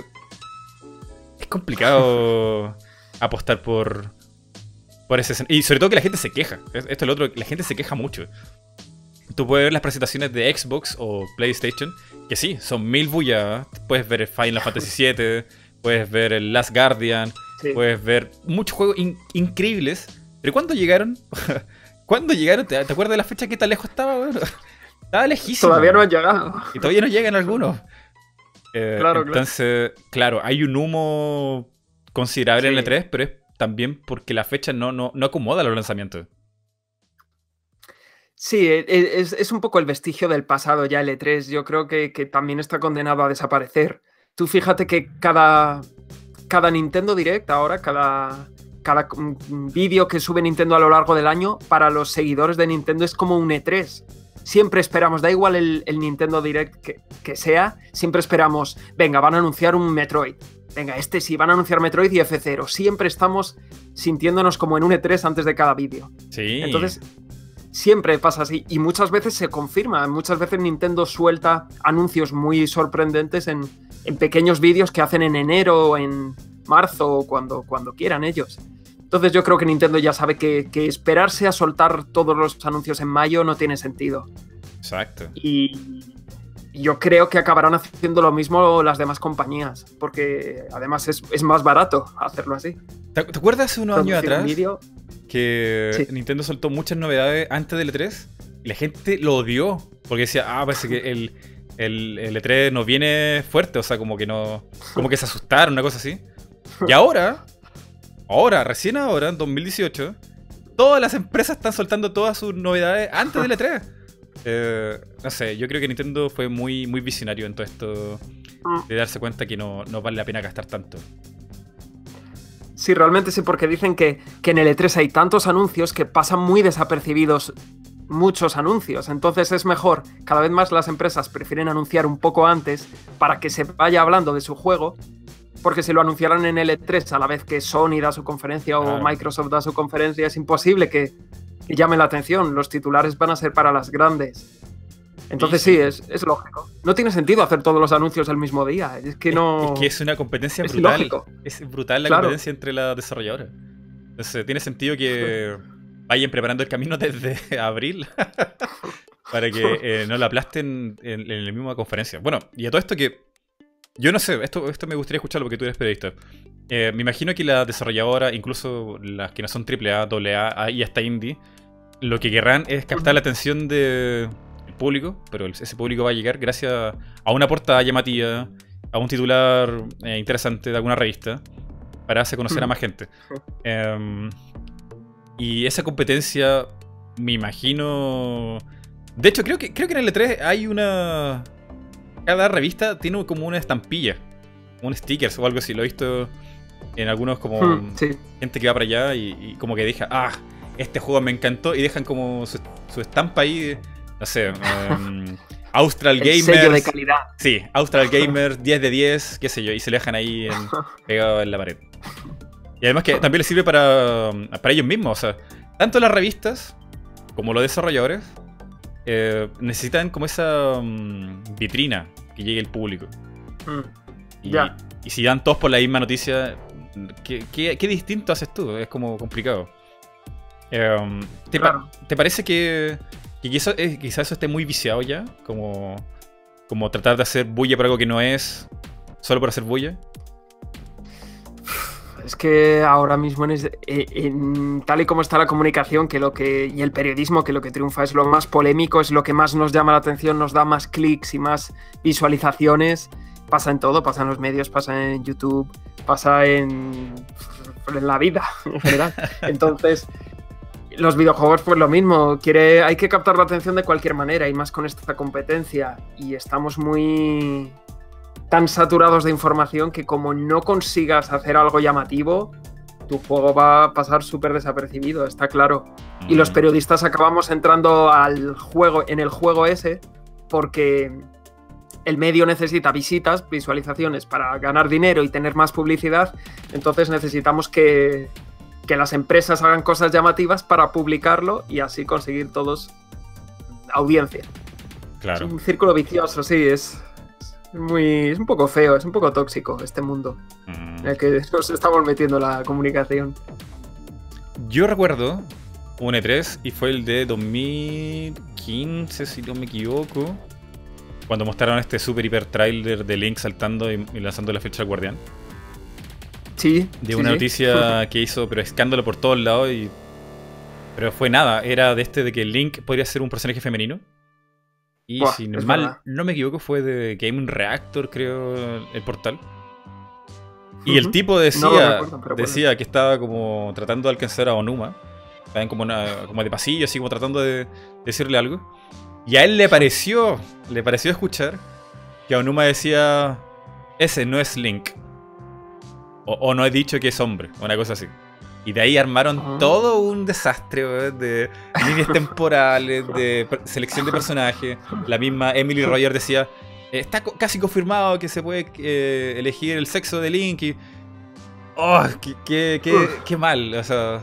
es complicado apostar por, por ese... Y sobre todo que la gente se queja. Esto es lo otro, la gente se queja mucho. Tú puedes ver las presentaciones de Xbox o PlayStation, que sí, son mil bulladas. Puedes ver el Final Fantasy siete, puedes ver el Last Guardian, sí. puedes ver muchos juegos in increíbles. Pero ¿cuándo llegaron? ¿Cuándo llegaron? ¿Te, ¿Te acuerdas de la fecha que tan lejos estaba? Bueno, estaba lejísimo. Todavía no han llegado. Y todavía no llegan algunos. Eh, claro, entonces, claro. claro, hay un humo considerable sí. en el E tres, pero es también porque la fecha no, no, no acomoda los lanzamientos. Sí, es, es un poco el vestigio del pasado ya el E tres. Yo creo que, que también está condenado a desaparecer. Tú fíjate que cada, cada Nintendo Direct ahora, cada... cada vídeo que sube Nintendo a lo largo del año, para los seguidores de Nintendo es como un E tres. Siempre esperamos, da igual el, el Nintendo Direct que, que sea, siempre esperamos, venga, van a anunciar un Metroid. Venga, este sí, van a anunciar Metroid y F cero. Siempre estamos sintiéndonos como en un E tres antes de cada vídeo. Sí. Entonces, siempre pasa así. Y muchas veces se confirma. Muchas veces Nintendo suelta anuncios muy sorprendentes en, en pequeños vídeos que hacen en enero o en marzo o cuando, cuando quieran ellos. Entonces yo creo que Nintendo ya sabe que, que esperarse a soltar todos los anuncios en mayo no tiene sentido. Exacto. Y yo creo que acabarán haciendo lo mismo las demás compañías, porque además es, es más barato hacerlo así. ¿Te, ¿te acuerdas hace unos años atrás video? que sí. Nintendo soltó muchas novedades antes del E tres? Y la gente lo odió, porque decía, ah, parece que el, el, el E tres no viene fuerte, o sea, como que no, como que se asustaron, una cosa así. Y ahora... Ahora, recién ahora, en dos mil dieciocho, todas las empresas están soltando todas sus novedades antes del E tres. Eh, no sé, yo creo que Nintendo fue muy, muy visionario en todo esto de darse cuenta que no, no vale la pena gastar tanto. Sí, realmente sí, porque dicen que, que en el E tres hay tantos anuncios que pasan muy desapercibidos muchos anuncios. Entonces es mejor, cada vez más las empresas prefieren anunciar un poco antes para que se vaya hablando de su juego. Porque si lo anunciaran en el E tres a la vez que Sony da su conferencia o claro. Microsoft da su conferencia, es imposible que, que llame la atención. Los titulares van a ser para las grandes. Entonces sí, sí es, es lógico. No tiene sentido hacer todos los anuncios el mismo día. Es que no... Es que es una competencia es brutal. Ilógico. Es brutal la claro. competencia entre las desarrolladoras. Entonces tiene sentido que vayan preparando el camino desde abril para que eh, no la aplasten en, en la misma conferencia. Bueno, y a todo esto que... Yo no sé, esto, esto me gustaría escucharlo porque tú eres periodista. Eh, me imagino que las desarrolladoras, incluso las que no son triple A, doble A y hasta indie, lo que querrán es captar la atención del público, pero ese público va a llegar gracias a una portada llamativa, a un titular eh, interesante de alguna revista, para hacer conocer a más gente. Eh, y esa competencia, me imagino... De hecho, creo que, creo que en el E tres hay una... Cada revista tiene como una estampilla, un stickers o algo así. Lo he visto en algunos como hmm, sí. gente que va para allá y, y como que deja, ah, este juego me encantó, y dejan como su, su estampa ahí, no sé, um, Austral Gamers. Sello de calidad. Sí, Austral Gamers, diez de diez, qué sé yo, y se lo dejan ahí en, pegado en la pared. Y además que también les sirve para, para ellos mismos, o sea, tanto las revistas como los desarrolladores eh, necesitan como esa um, vitrina que llegue al público. Mm, y, ya. y si dan todos por la misma noticia, ¿qué, qué, qué distinto haces tú? Es como complicado. Eh, ¿te, Claro. pa ¿Te parece que, que quizás eh, quizá eso esté muy viciado ya? Como, como tratar de hacer bulla por algo que no es, solo por hacer bulla. Es que ahora mismo, en, es- en- en- tal y como está la comunicación que lo que, y el periodismo, que lo que triunfa es lo más polémico, es lo que más nos llama la atención, nos da más clics y más visualizaciones. Pasa en todo, pasa en los medios, pasa en YouTube, pasa en, en la vida en general. Entonces, los videojuegos, pues lo mismo. Quiere, hay que captar la atención de cualquier manera, y más con esta competencia. Y estamos muy tan saturados de información que, como no consigas hacer algo llamativo, tu juego va a pasar súper desapercibido, está claro. Y los periodistas acabamos entrando al juego, en el juego ese, porque el medio necesita visitas, visualizaciones para ganar dinero y tener más publicidad. Entonces necesitamos que, que las empresas hagan cosas llamativas para publicarlo y así conseguir todos audiencia. Claro. Es un círculo vicioso, sí, es, es muy, es un poco feo, es un poco tóxico este mundo Mm. en el que nos estamos metiendo la comunicación. Yo recuerdo un E tres y fue el de dos mil quince, si no me equivoco, cuando mostraron este super hiper trailer de Link saltando y, y lanzando la flecha al guardián. Sí. De sí, una sí. noticia que hizo, pero escándalo por todos lados. Y... Pero fue nada, era de este de que Link podría ser un personaje femenino. Y Buah, si es mal verdad. no me equivoco, fue de Game Reactor, creo, el portal. Y el Ujú. tipo No lo decía, recuerdo, pero bueno. decía que estaba como tratando de alcanzar a Onuma. Estaban como, una- como de pasillo, así como tratando de decirle algo. Y a él le pareció, le pareció escuchar que Onuma decía: ese no es Link. O, o no he dicho que es hombre, o una cosa así. Y de ahí armaron Ah. todo un desastre, weón, de líneas temporales, de per- selección de personajes. La misma Emily Rogers decía: está co- casi confirmado que se puede eh, elegir el sexo de Link. Y... ¡oh! ¡Qué, qué, qué, Uf. qué mal! O sea,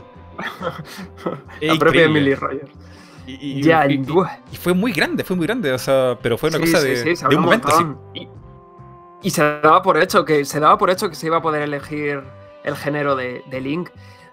La es propia increíble. Emily Rogers. Y, y- Ya, y- y- buah. y fue muy grande, fue muy grande. O sea, pero fue una Sí, cosa sí, de, sí, se de habló un momento así. montón. Y, y se daba por hecho que se daba por hecho que se iba a poder elegir el género de, de Link.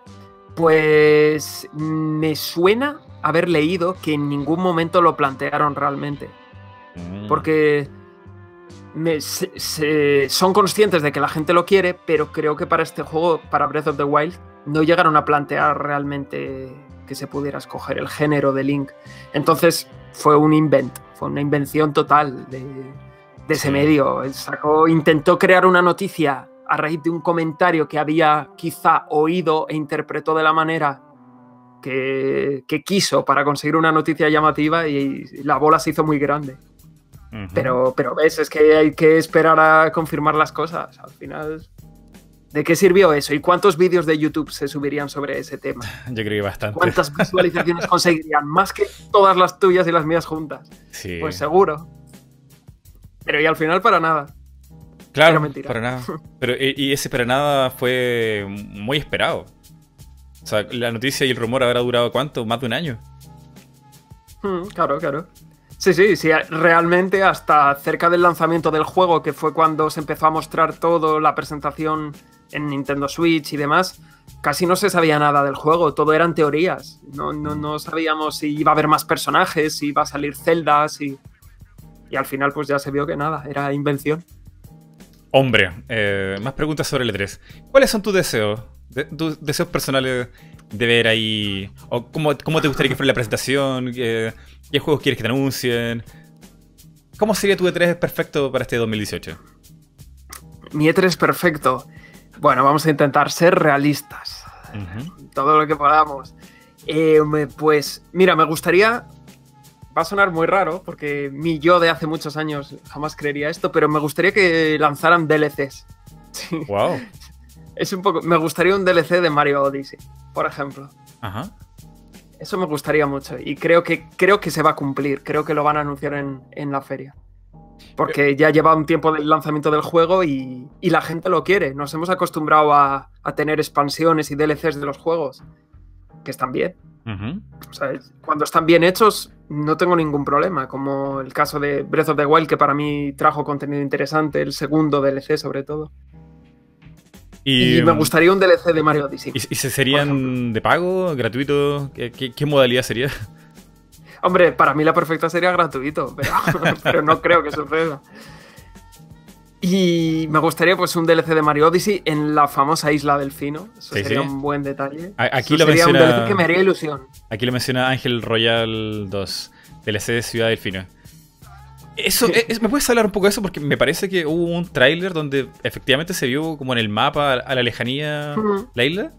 Pues me suena haber leído que en ningún momento lo plantearon realmente. Mm. Porque me- se- se- son conscientes de que la gente lo quiere, pero creo que para este juego, para Breath of the Wild, no llegaron a plantear realmente que se pudiera escoger el género de Link. Entonces fue un invent, fue una invención total de, de ese Sí. medio. Él sacó, intentó crear una noticia a raíz de un comentario que había quizá oído e interpretó de la manera que, que quiso para conseguir una noticia llamativa, y la bola se hizo muy grande. Ujú. Pero, pero ves, es que hay que esperar a confirmar las cosas. Al final, ¿de qué sirvió eso? ¿Y cuántos vídeos de YouTube se subirían sobre ese tema? Yo creo que bastante. ¿Cuántas visualizaciones conseguirían? Más que todas las tuyas y las mías juntas. Sí. Pues seguro. Pero y al final para nada. Claro, Era mentira. para nada. Pero, y, y ese para nada fue muy esperado. O sea, la noticia y el rumor habrá durado ¿cuánto? Más de un año. Mm, claro, claro. Sí, sí, sí, realmente hasta cerca del lanzamiento del juego, que fue cuando se empezó a mostrar todo, la presentación en Nintendo Switch y demás, casi no se sabía nada del juego, todo eran teorías. No, no, no sabíamos si iba a haber más personajes, si iba a salir Zelda, si... y al final pues ya se vio que nada, era invención. Hombre, eh, más preguntas sobre el E tres. ¿Cuáles son tus deseos? De- tus deseos personales de ver ahí. ¿O cómo, cómo te gustaría que fuera la presentación? ¿Qué, qué juegos quieres que te anuncien? ¿Cómo sería tu E tres perfecto para este dos mil dieciocho? Mi E tres perfecto. Bueno, vamos a intentar ser realistas. Ujú. Todo lo que podamos. Eh, me- pues, mira, me gustaría... Va a sonar muy raro, porque mi yo de hace muchos años jamás creería esto, pero me gustaría que lanzaran D L Cs. Sí. Wow. Es un poco... Me gustaría un D L C de Mario Odyssey, por ejemplo. Ajá. Eso me gustaría mucho y creo que, creo que se va a cumplir. Creo que lo van a anunciar en, en la feria. Porque ya lleva un tiempo del lanzamiento del juego y, y la gente lo quiere. Nos hemos acostumbrado a, a tener expansiones y D L Cs de los juegos que están bien. Uh-huh. O sea, cuando están bien hechos no tengo ningún problema, como el caso de Breath of the Wild, que para mí trajo contenido interesante, el segundo D L C sobre todo. Y, y me gustaría un D L C de Mario Odyssey. ¿Y, y se serían de pago, gratuito? ¿Qué, qué, qué modalidad sería? Hombre, para mí la perfecta sería gratuito, pero, pero no creo que suceda. Y me gustaría pues un D L C de Mario Odyssey en la famosa Isla Delfino. Eso sí, sería sí. un buen detalle. Aquí Eso lo sería menciona, un D L C que me haría ilusión. Aquí lo menciona Ángel Royal dos, D L C de Ciudad Delfino. Eso, sí. es, ¿Me puedes hablar un poco de eso? Porque me parece que hubo un tráiler donde efectivamente se vio como en el mapa, a la lejanía, uh-huh. la isla.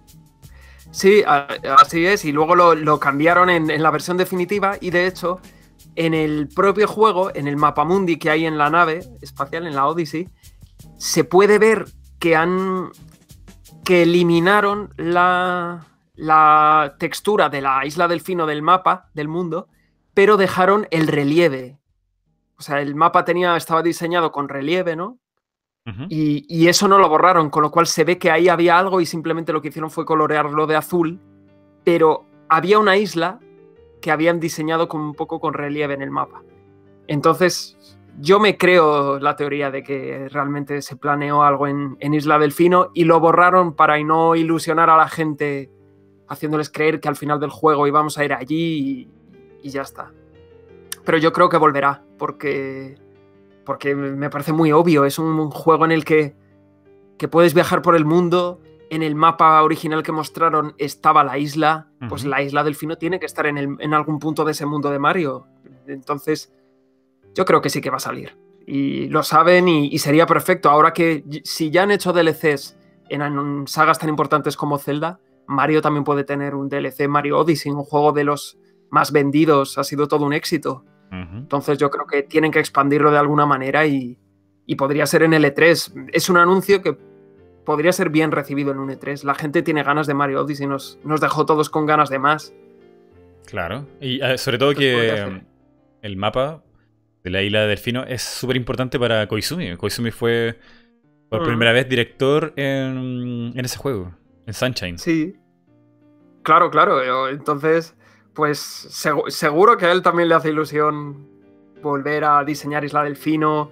Sí, así es, y luego lo, lo cambiaron en, en la versión definitiva y de hecho en el propio juego, en el mapamundi que hay en la nave espacial, en la Odyssey, se puede ver que han que eliminaron la, la textura de la isla Delfino del mapa del mundo, pero dejaron el relieve. O sea, el mapa tenía, estaba diseñado con relieve, ¿no? Uh-huh. Y, y eso no lo borraron, con lo cual se ve que ahí había algo y simplemente lo que hicieron fue colorearlo de azul, pero había una isla que habían diseñado con un poco con relieve en el mapa. Entonces, yo me creo la teoría de que realmente se planeó algo en, en Isla Delfino y lo borraron para no ilusionar a la gente haciéndoles creer que al final del juego íbamos a ir allí y, y ya está. Pero yo creo que volverá, porque... porque me parece muy obvio, es un juego en el que, que puedes viajar por el mundo, en el mapa original que mostraron estaba la isla, uh-huh. pues la isla Delfino tiene que estar en, el, en algún punto de ese mundo de Mario, entonces yo creo que sí que va a salir, y lo saben y, y sería perfecto, ahora que si ya han hecho D L Cs en, en sagas tan importantes como Zelda, Mario también puede tener un D L C, Mario Odyssey, un juego de los más vendidos, ha sido todo un éxito. Entonces yo creo que tienen que expandirlo de alguna manera y, y podría ser en el E tres. Es un anuncio que podría ser bien recibido en un E tres. La gente tiene ganas de Mario Odyssey y nos, nos dejó todos con ganas de más. Claro, y uh, sobre todo Entonces, que el mapa de la isla de Delfino es súper importante para Koizumi. Koizumi fue por mm. primera vez director en, en ese juego, en Sunshine. Sí, claro, claro. Entonces... pues seg- seguro que a él también le hace ilusión volver a diseñar Isla Delfino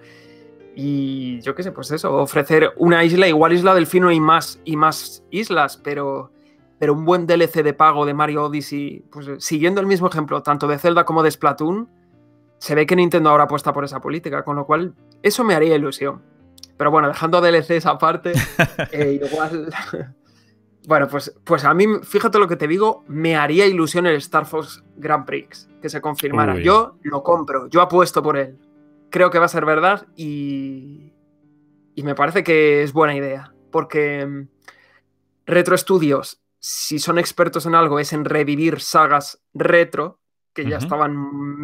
y yo qué sé, pues eso, ofrecer una isla, igual Isla Delfino y más, y más islas, pero, pero un buen D L C de pago de Mario Odyssey, pues siguiendo el mismo ejemplo, tanto de Zelda como de Splatoon, se ve que Nintendo ahora apuesta por esa política, con lo cual eso me haría ilusión. Pero bueno, dejando D L Cs aparte, eh, igual... Bueno, pues, pues a mí, fíjate lo que te digo, me haría ilusión el Star Fox Grand Prix, que se confirmara. Uy. Yo lo compro, yo apuesto por él. Creo que va a ser verdad y, y me parece que es buena idea, porque Retro Studios, si son expertos en algo, es en revivir sagas retro, que ya uh-huh. estaban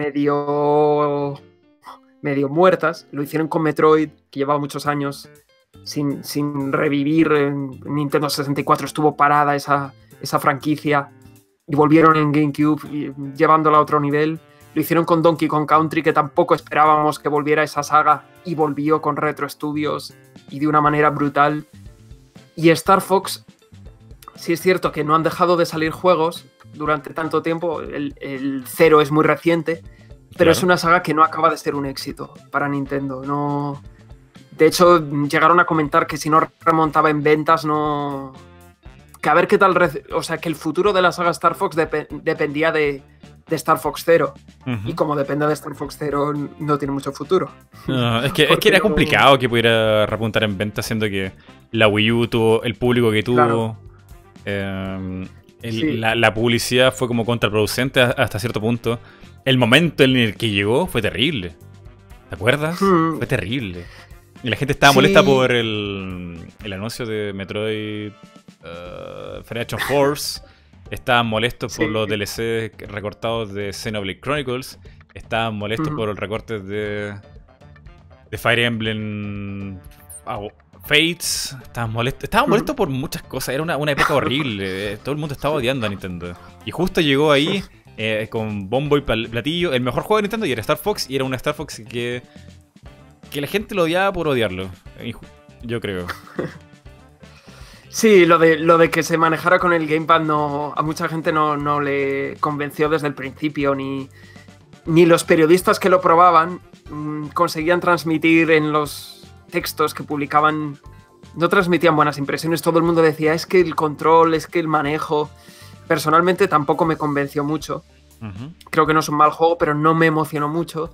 medio, medio muertas. Lo hicieron con Metroid, que llevaba muchos años Sin, sin revivir. En Nintendo sesenta y cuatro estuvo parada esa, esa franquicia y volvieron en GameCube y, llevándola a otro nivel. Lo hicieron con Donkey Kong Country, que tampoco esperábamos que volviera esa saga y volvió con Retro Studios y de una manera brutal. Y Star Fox, sí es cierto que no han dejado de salir juegos durante tanto tiempo, el, el cero es muy reciente, pero claro. Es una saga que no acaba de ser un éxito para Nintendo, no... De hecho, llegaron a comentar que si no remontaba en ventas, no... Que a ver qué tal... Re... O sea, que el futuro de la saga Star Fox dep- dependía de, de Star Fox Zero. Uh-huh. Y como depende de Star Fox Zero, no tiene mucho futuro. No, es, que, es que era complicado no... que pudiera repuntar en ventas, siendo que la Wii U tuvo el público que tuvo. Claro. Eh, el, sí. la, la publicidad fue como contraproducente hasta cierto punto. El momento en el que llegó fue terrible. ¿Te acuerdas? Hmm. Fue terrible. Y la gente estaba sí. molesta por el, el anuncio de Metroid uh, Federation Force. Estaban molestos sí. por los D L C recortados de Xenoblade Chronicles. Estaban molestos uh-huh. por los recortes de, de Fire Emblem Fates, estaba molesto. Estaba molesto por muchas cosas. Era una, una época horrible. Todo el mundo estaba odiando a Nintendo. Y justo llegó ahí eh, con bombo y platillo el mejor juego de Nintendo y era Star Fox. Y era una Star Fox que, que la gente lo odiaba por odiarlo. Yo creo. Sí, lo de, lo de que se manejara con el Gamepad no, a mucha gente no, no le convenció desde el principio, ni, ni los periodistas que lo probaban mmm, conseguían transmitir en los textos que publicaban, no transmitían buenas impresiones. Todo el mundo decía, es que el control, es que el manejo. Personalmente tampoco me convenció mucho. Uh-huh. Creo que no es un mal juego, pero no me emocionó mucho.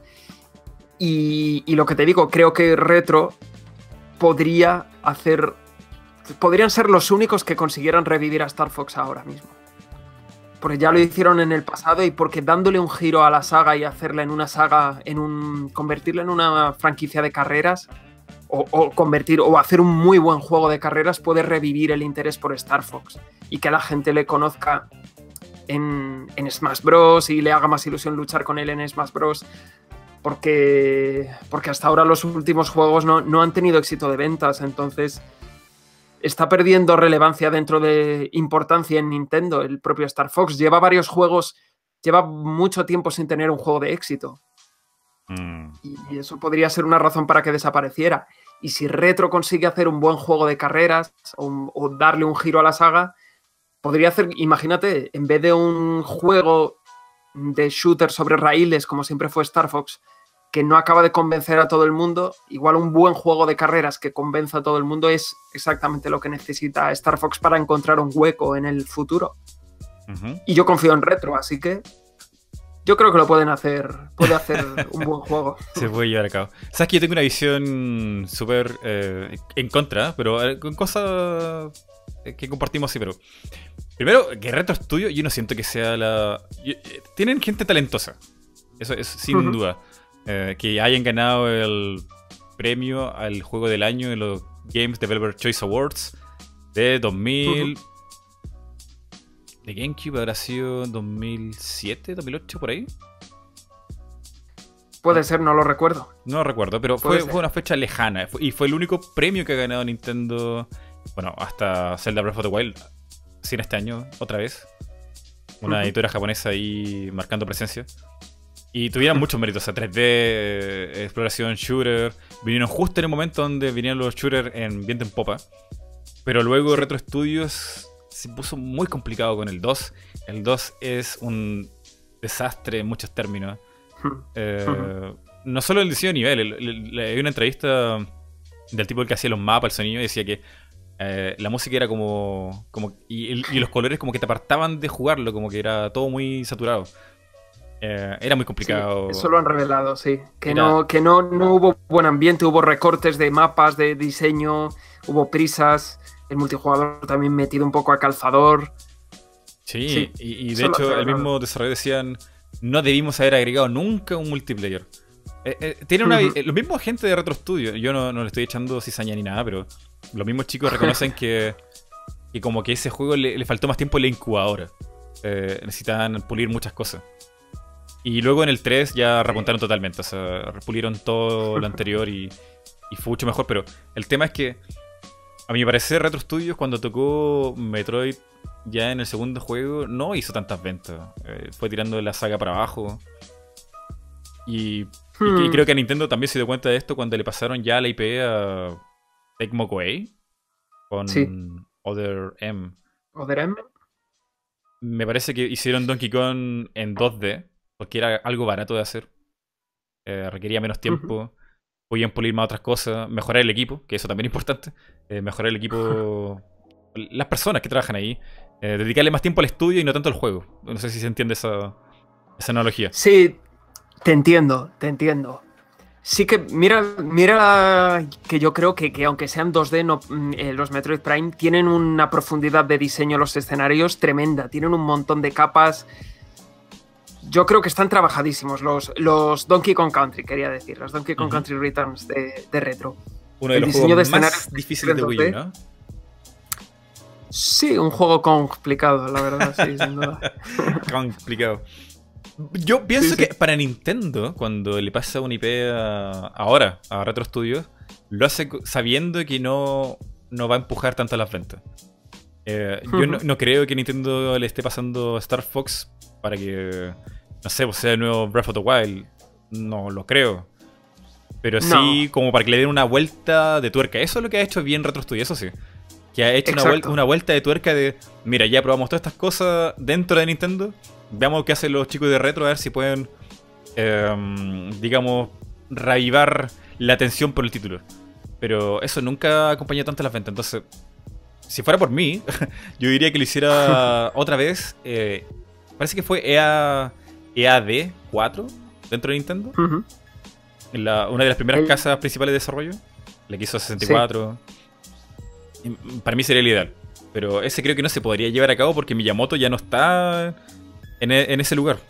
Y, y lo que te digo, creo que Retro podría hacer... Podrían ser los únicos que consiguieran revivir a Star Fox ahora mismo. Porque ya lo hicieron en el pasado y porque dándole un giro a la saga y hacerla en una saga, en un convertirla en una franquicia de carreras, o, o convertir o hacer un muy buen juego de carreras, puede revivir el interés por Star Fox y que la gente le conozca en, en Smash Bros. Y le haga más ilusión luchar con él en Smash Bros. Porque, porque hasta ahora los últimos juegos no, no han tenido éxito de ventas, entonces está perdiendo relevancia dentro de importancia en Nintendo. El propio Star Fox lleva varios juegos, lleva mucho tiempo sin tener un juego de éxito. Mm. Y, y eso podría ser una razón para que desapareciera. Y si Retro consigue hacer un buen juego de carreras o, o darle un giro a la saga, podría hacer, imagínate, en vez de un juego de shooter sobre raíles, como siempre fue Star Fox, que no acaba de convencer a todo el mundo, igual un buen juego de carreras que convenza a todo el mundo es exactamente lo que necesita Star Fox para encontrar un hueco en el futuro. Uh-huh. Y yo confío en Retro, así que yo creo que lo pueden hacer, puede hacer un buen juego. Se puede llevar a cabo. Sabes que yo tengo una visión súper eh, en contra, pero con cosas que compartimos sí, pero primero, que Retro Studio yo no siento que sea la... Yo, tienen gente talentosa, eso es sin uh-huh. duda. Eh, que hayan ganado el premio al juego del año en los Games Developer Choice Awards de dos mil... Uh-huh. De GameCube habrá sido dos mil siete, dos mil ocho, por ahí. Puede ser, no lo recuerdo. No lo recuerdo, pero fue, fue una fecha lejana. Y fue el único premio que ha ganado Nintendo. Bueno, hasta Zelda Breath of the Wild. Sí, en este año, otra vez. Una uh-huh. editora japonesa ahí marcando presencia. Y tuvieron muchos méritos. O sea, tres D, eh, exploración, shooter. Vinieron justo en el momento donde vinieron los shooters en viento en popa. Pero luego sí. Retro Studios se puso muy complicado con el dos. El dos es un desastre en muchos términos. Eh, uh-huh. No solo el diseño de nivel. Hay una entrevista del tipo que hacía los mapas, el sonido, y decía que eh, la música era como... como y, y los colores como que te apartaban de jugarlo, como que era todo muy saturado. Eh, era muy complicado. Sí, eso lo han revelado, sí. Que, era... no, que no, no hubo buen ambiente, hubo recortes de mapas, de diseño, hubo prisas... El multijugador también metido un poco a calzador. Sí, sí. y, y de hecho el mismo desarrollador decían no debimos haber agregado nunca un multiplayer. Eh, eh, tiene una, uh-huh. eh, los mismos agentes de Retro Studio, yo no, no le estoy echando cizaña ni nada, pero los mismos chicos reconocen que, que como que ese juego le, le faltó más tiempo en la incubadora. Eh, necesitaban pulir muchas cosas. Y luego en el tres ya repuntaron totalmente, o sea, pulieron todo lo anterior y, y fue mucho mejor, pero el tema es que a mi parecer, Retro Studios, cuando tocó Metroid ya en el segundo juego, no hizo tantas ventas. Eh, fue tirando la saga para abajo. Y, hmm. y, y creo que Nintendo también se dio cuenta de esto cuando le pasaron ya la I P a Tecmo Koei con sí. Other M. ¿Other M? Me parece que hicieron Donkey Kong en dos D, porque era algo barato de hacer. Eh, requería menos tiempo. Uh-huh. Podían pulir más otras cosas, mejorar el equipo, que eso también es importante, eh, mejorar el equipo, las personas que trabajan ahí, eh, dedicarle más tiempo al estudio y no tanto al juego. No sé si se entiende esa, esa analogía. Sí, te entiendo, te entiendo. Sí que, mira, mira que yo creo que, que aunque sean dos D, no, eh, los Metroid Prime tienen una profundidad de diseño en los escenarios tremenda, tienen un montón de capas. Yo creo que están trabajadísimos los, los Donkey Kong Country, quería decir, los Donkey Kong uh-huh. Country Returns de, de Retro. Uno de el los juegos de más difíciles de Wii U, ¿no? Sí, un juego complicado, la verdad, sí, sin duda. Complicado. Yo pienso sí, que sí. para Nintendo, cuando le pasa una I P a, ahora a Retro Studios, lo hace sabiendo que no, no va a empujar tanto las ventas. Eh, uh-huh. Yo no, no creo que Nintendo le esté pasando Star Fox para que, no sé, pues sea el nuevo Breath of the Wild. No lo creo. Pero no. sí, como para que le den una vuelta de tuerca. Eso es lo que ha hecho bien Retro Studio, eso sí. Que ha hecho una vuelta, una vuelta de tuerca de, mira, ya probamos todas estas cosas dentro de Nintendo. Veamos qué hacen los chicos de Retro, a ver si pueden, eh, digamos, reavivar la atención por el título. Pero eso nunca acompañó tanto a las ventas. Entonces, si fuera por mí, yo diría que lo hiciera otra vez. Eh, parece que fue E A, E A D cuatro dentro de Nintendo. Uh-huh. La, una de las primeras el... casas principales de desarrollo. La que hizo sesenta y cuatro. Sí. Para mí sería el ideal. Pero ese creo que no se podría llevar a cabo porque Miyamoto ya no está en, e, en ese lugar.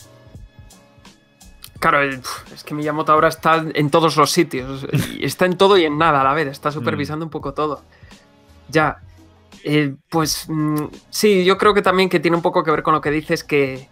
Claro, el, es que Miyamoto ahora está en todos los sitios. Está en todo y en nada a la vez. Está supervisando mm. un poco todo. Ya. Eh, pues mm, sí, yo creo que también que tiene un poco que ver con lo que dices, que,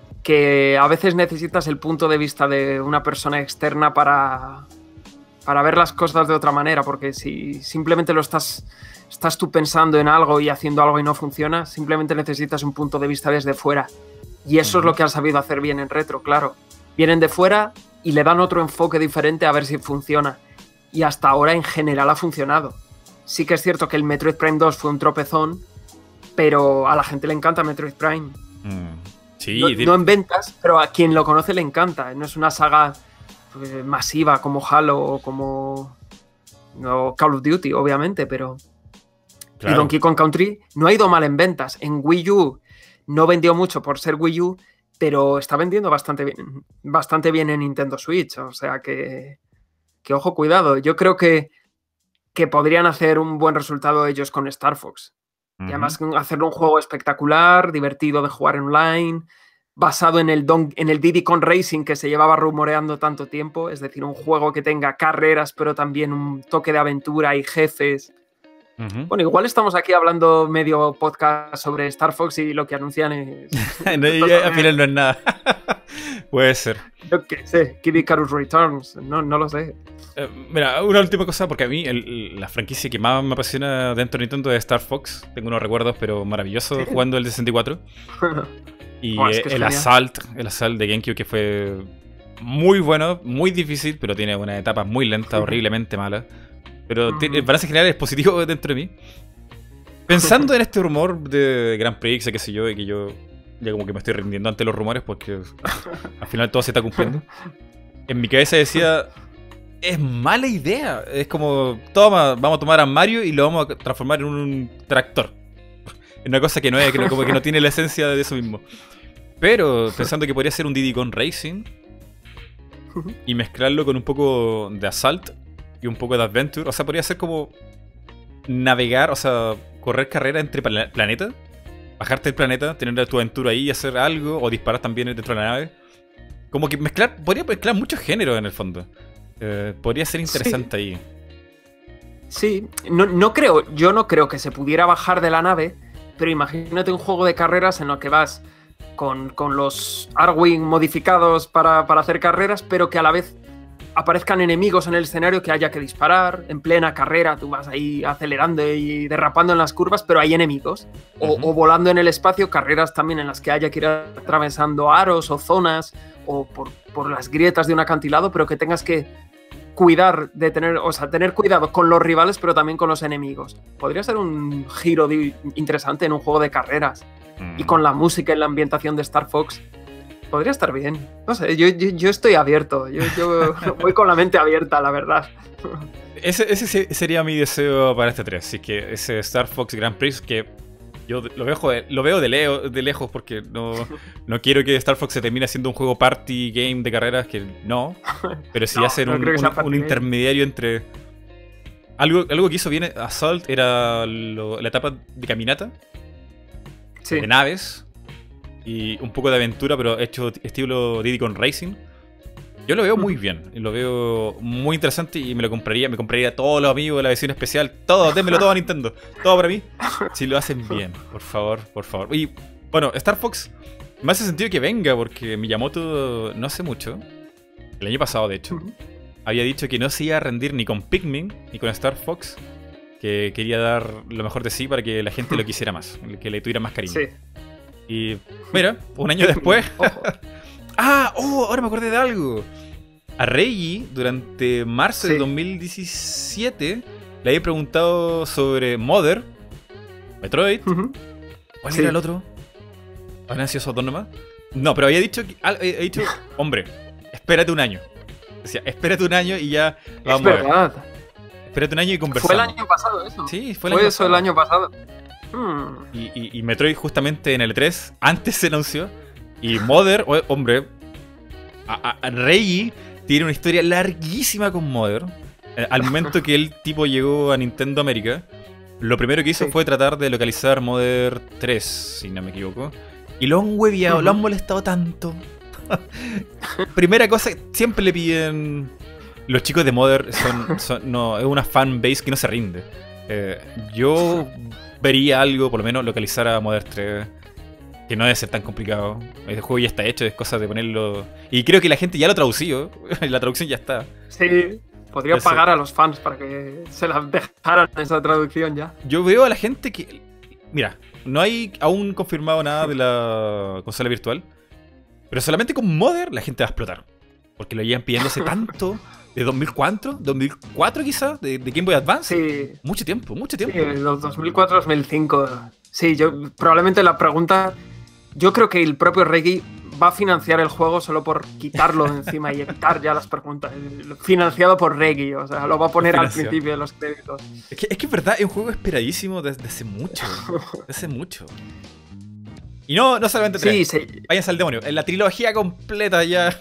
que a veces necesitas el punto de vista de una persona externa para, para ver las cosas de otra manera, porque si simplemente lo estás, estás tú pensando en algo y haciendo algo y no funciona, simplemente necesitas un punto de vista desde fuera. Y eso uh-huh. es lo que han sabido hacer bien en Retro, claro. Vienen de fuera y le dan otro enfoque diferente a ver si funciona. Y hasta ahora en general ha funcionado. Sí que es cierto que el Metroid Prime dos fue un tropezón, pero a la gente le encanta Metroid Prime. Mm, sí, no, no en ventas, pero a quien lo conoce le encanta. No es una saga pues, masiva como Halo o como no, Call of Duty, obviamente, pero... Claro. Y Donkey Kong Country no ha ido mal en ventas. En Wii U no vendió mucho por ser Wii U, pero está vendiendo bastante bien, bastante bien en Nintendo Switch. O sea que, que ojo, cuidado. Yo creo que que podrían hacer un buen resultado ellos con Star Fox. Uh-huh. Y además hacerlo un juego espectacular, divertido de jugar online, basado en el, Don, en el Diddy Kong Racing que se llevaba rumoreando tanto tiempo, es decir, un juego que tenga carreras, pero también un toque de aventura y jefes. Uh-huh. Bueno, igual estamos aquí hablando medio podcast sobre Star Fox y lo que anuncian es... no, ya, al final no es nada. Puede ser. Yo qué sé, Kid Icarus Returns, no, no lo sé. Uh, mira, una última cosa, porque a mí el, la franquicia que más me apasiona dentro de Nintendo es Star Fox. Tengo unos recuerdos, pero maravillosos, ¿sí? Jugando el de sesenta y cuatro. Y oh, es que el Assault, el Assault de GameCube, que fue muy bueno, muy difícil, pero tiene una etapa muy lenta, horriblemente mala. Pero mm. el balance general es positivo dentro de mí. Pensando en este rumor de Grand Prix, qué sé yo, y que yo ya como que me estoy rindiendo ante los rumores porque al final todo se está cumpliendo. En mi cabeza decía... Es mala idea. Es como, toma, vamos a tomar a Mario y lo vamos a transformar en un tractor. En una cosa que no es, que no, como que no tiene la esencia de eso mismo. Pero pensando que podría ser un Diddy Kong Racing y mezclarlo con un poco de Assault y un poco de Adventure. O sea, podría ser como navegar, o sea, correr carrera entre plan planetas. Bajarte el planeta, tener tu aventura ahí y hacer algo. O disparar también dentro de la nave. Como que mezclar, podría mezclar muchos géneros en el fondo. Eh, podría ser interesante sí. ahí. Sí, no, no creo, yo no creo que se pudiera bajar de la nave, pero imagínate un juego de carreras en lo que vas con, con los Arwing modificados para, para hacer carreras, pero que a la vez aparezcan enemigos en el escenario que haya que disparar. En plena carrera tú vas ahí acelerando y derrapando en las curvas, pero hay enemigos. O, uh-huh. o volando en el espacio, carreras también en las que haya que ir atravesando aros o zonas o por, por las grietas de un acantilado, pero que tengas que cuidar de tener, o sea, tener cuidado con los rivales, pero también con los enemigos. Podría ser un giro de, interesante en un juego de carreras. Mm. Y con la música y la ambientación de Star Fox, podría estar bien. No sé, yo, yo, yo estoy abierto. Yo, yo voy con la mente abierta, la verdad. Ese, ese sería mi deseo para este tres. Así que ese Star Fox Grand Prix que... Yo lo veo, lo veo de, leo, de lejos porque no, no quiero que Star Fox se termine siendo un juego party game de carreras, que no. Pero sí no, hacer no un, un, un intermediario entre... Algo, algo que hizo bien Assault era lo, la etapa de caminata, sí. de naves, y un poco de aventura, pero hecho estilo Diddy Kong Racing. Yo lo veo muy bien, y lo veo muy interesante y me lo compraría, me compraría a todos los amigos de la versión especial, todo, démelo todo a Nintendo, todo para mí, si lo hacen bien, por favor, por favor. Y bueno, Star Fox me hace sentido que venga, porque Miyamoto no hace mucho, el año pasado de hecho, había dicho que no se iba a rendir ni con Pikmin ni con Star Fox, que quería dar lo mejor de sí para que la gente lo quisiera más, que le tuviera más cariño. Sí. Y mira, un año después... ¡Ah! ¡Oh! Ahora me acordé de algo. A Reggie, durante marzo Sí. de dos mil diecisiete, le había preguntado sobre Mother, Metroid. Ujú. ¿Cuál Sí. era el otro? ¿Habían sido esos dos nomás? No, pero había dicho, que, al- había dicho hombre, espérate un año. Decía, espérate un año y ya Es vamos a ver. verdad. Espérate un año y Fue conversamos. el año pasado eso. Sí, fue Fue, el año eso pasado. el año pasado. Hmm. Y, y- y Metroid justamente en el E tres, antes se anunció. Y Mother, o- hombre, a, a- a Reggie tiene una historia larguísima con Mother. Eh, al momento que el tipo llegó a Nintendo América, lo primero que hizo Sí. fue tratar de localizar Mother tres, si no me equivoco. Y lo han hueviado, Ujú. lo han molestado tanto. Primera cosa, siempre le piden... Los chicos de Mother son, son- no, es una fanbase que no se rinde. Eh, yo vería algo, por lo menos localizar a Mother tres, que no debe ser tan complicado. El juego ya está hecho, es cosa de ponerlo... Y creo que la gente ya lo ha traducido, la traducción ya está. Sí. Podría Eso. pagar a los fans para que se la dejaran esa traducción ya. Yo veo a la gente que... Mira, no hay aún confirmado nada de la consola virtual, pero solamente con Mother la gente va a explotar. Porque lo llevan pidiéndose tanto, de dos mil cuatro, dos mil cuatro quizás, de, de Game Boy Advance. Sí. Mucho tiempo, mucho Sí, tiempo. los dos mil cuatro dos mil cinco. Sí, yo probablemente la pregunta. Yo creo que el propio Reggie va a financiar el juego solo por quitarlo de encima y evitar ya las preguntas. Financiado por Reggie, o sea, lo va a poner al Financiado. principio de los créditos. Es que, es que es verdad, es un juego esperadísimo desde hace mucho. Desde hace mucho. Y no, no solamente tres. Sí, sí, Váyanse al demonio. En la trilogía completa ya.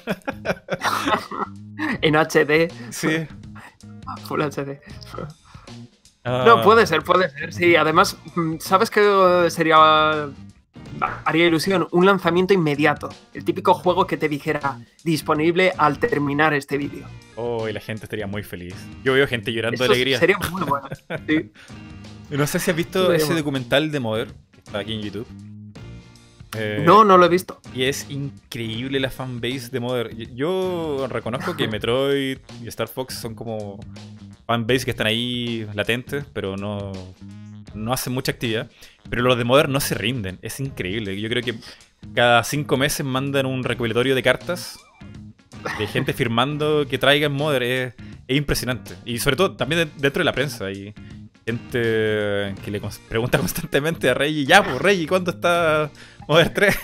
en H D, Sí. Full H D. Ah, No, puede ser, puede ser, sí. Además, mm, ¿sabes qué sería... haría ilusión? Un lanzamiento inmediato. El típico juego que te dijera disponible al terminar este vídeo. Oh, y la gente estaría muy feliz. Yo veo gente llorando de Eso alegría. sería muy bueno. Sí. No sé si has visto Sería ese bueno. documental de Mother, que está aquí en YouTube. Eh, No, no lo he visto. Y es increíble la fanbase de Mother. Yo- Yo reconozco que Metroid y Star Fox son como fanbase que están ahí latentes, pero no, no hacen mucha actividad. Pero los de Mother no se rinden. Es increíble. Yo creo que cada cinco meses mandan un recopilatorio de cartas de gente firmando que traigan Mother. Es, es impresionante. Y sobre todo también de- dentro de la prensa. Hay gente que le cons- pregunta constantemente a Reggie, ya, pues Reggie, ¿cuándo está Mother tres?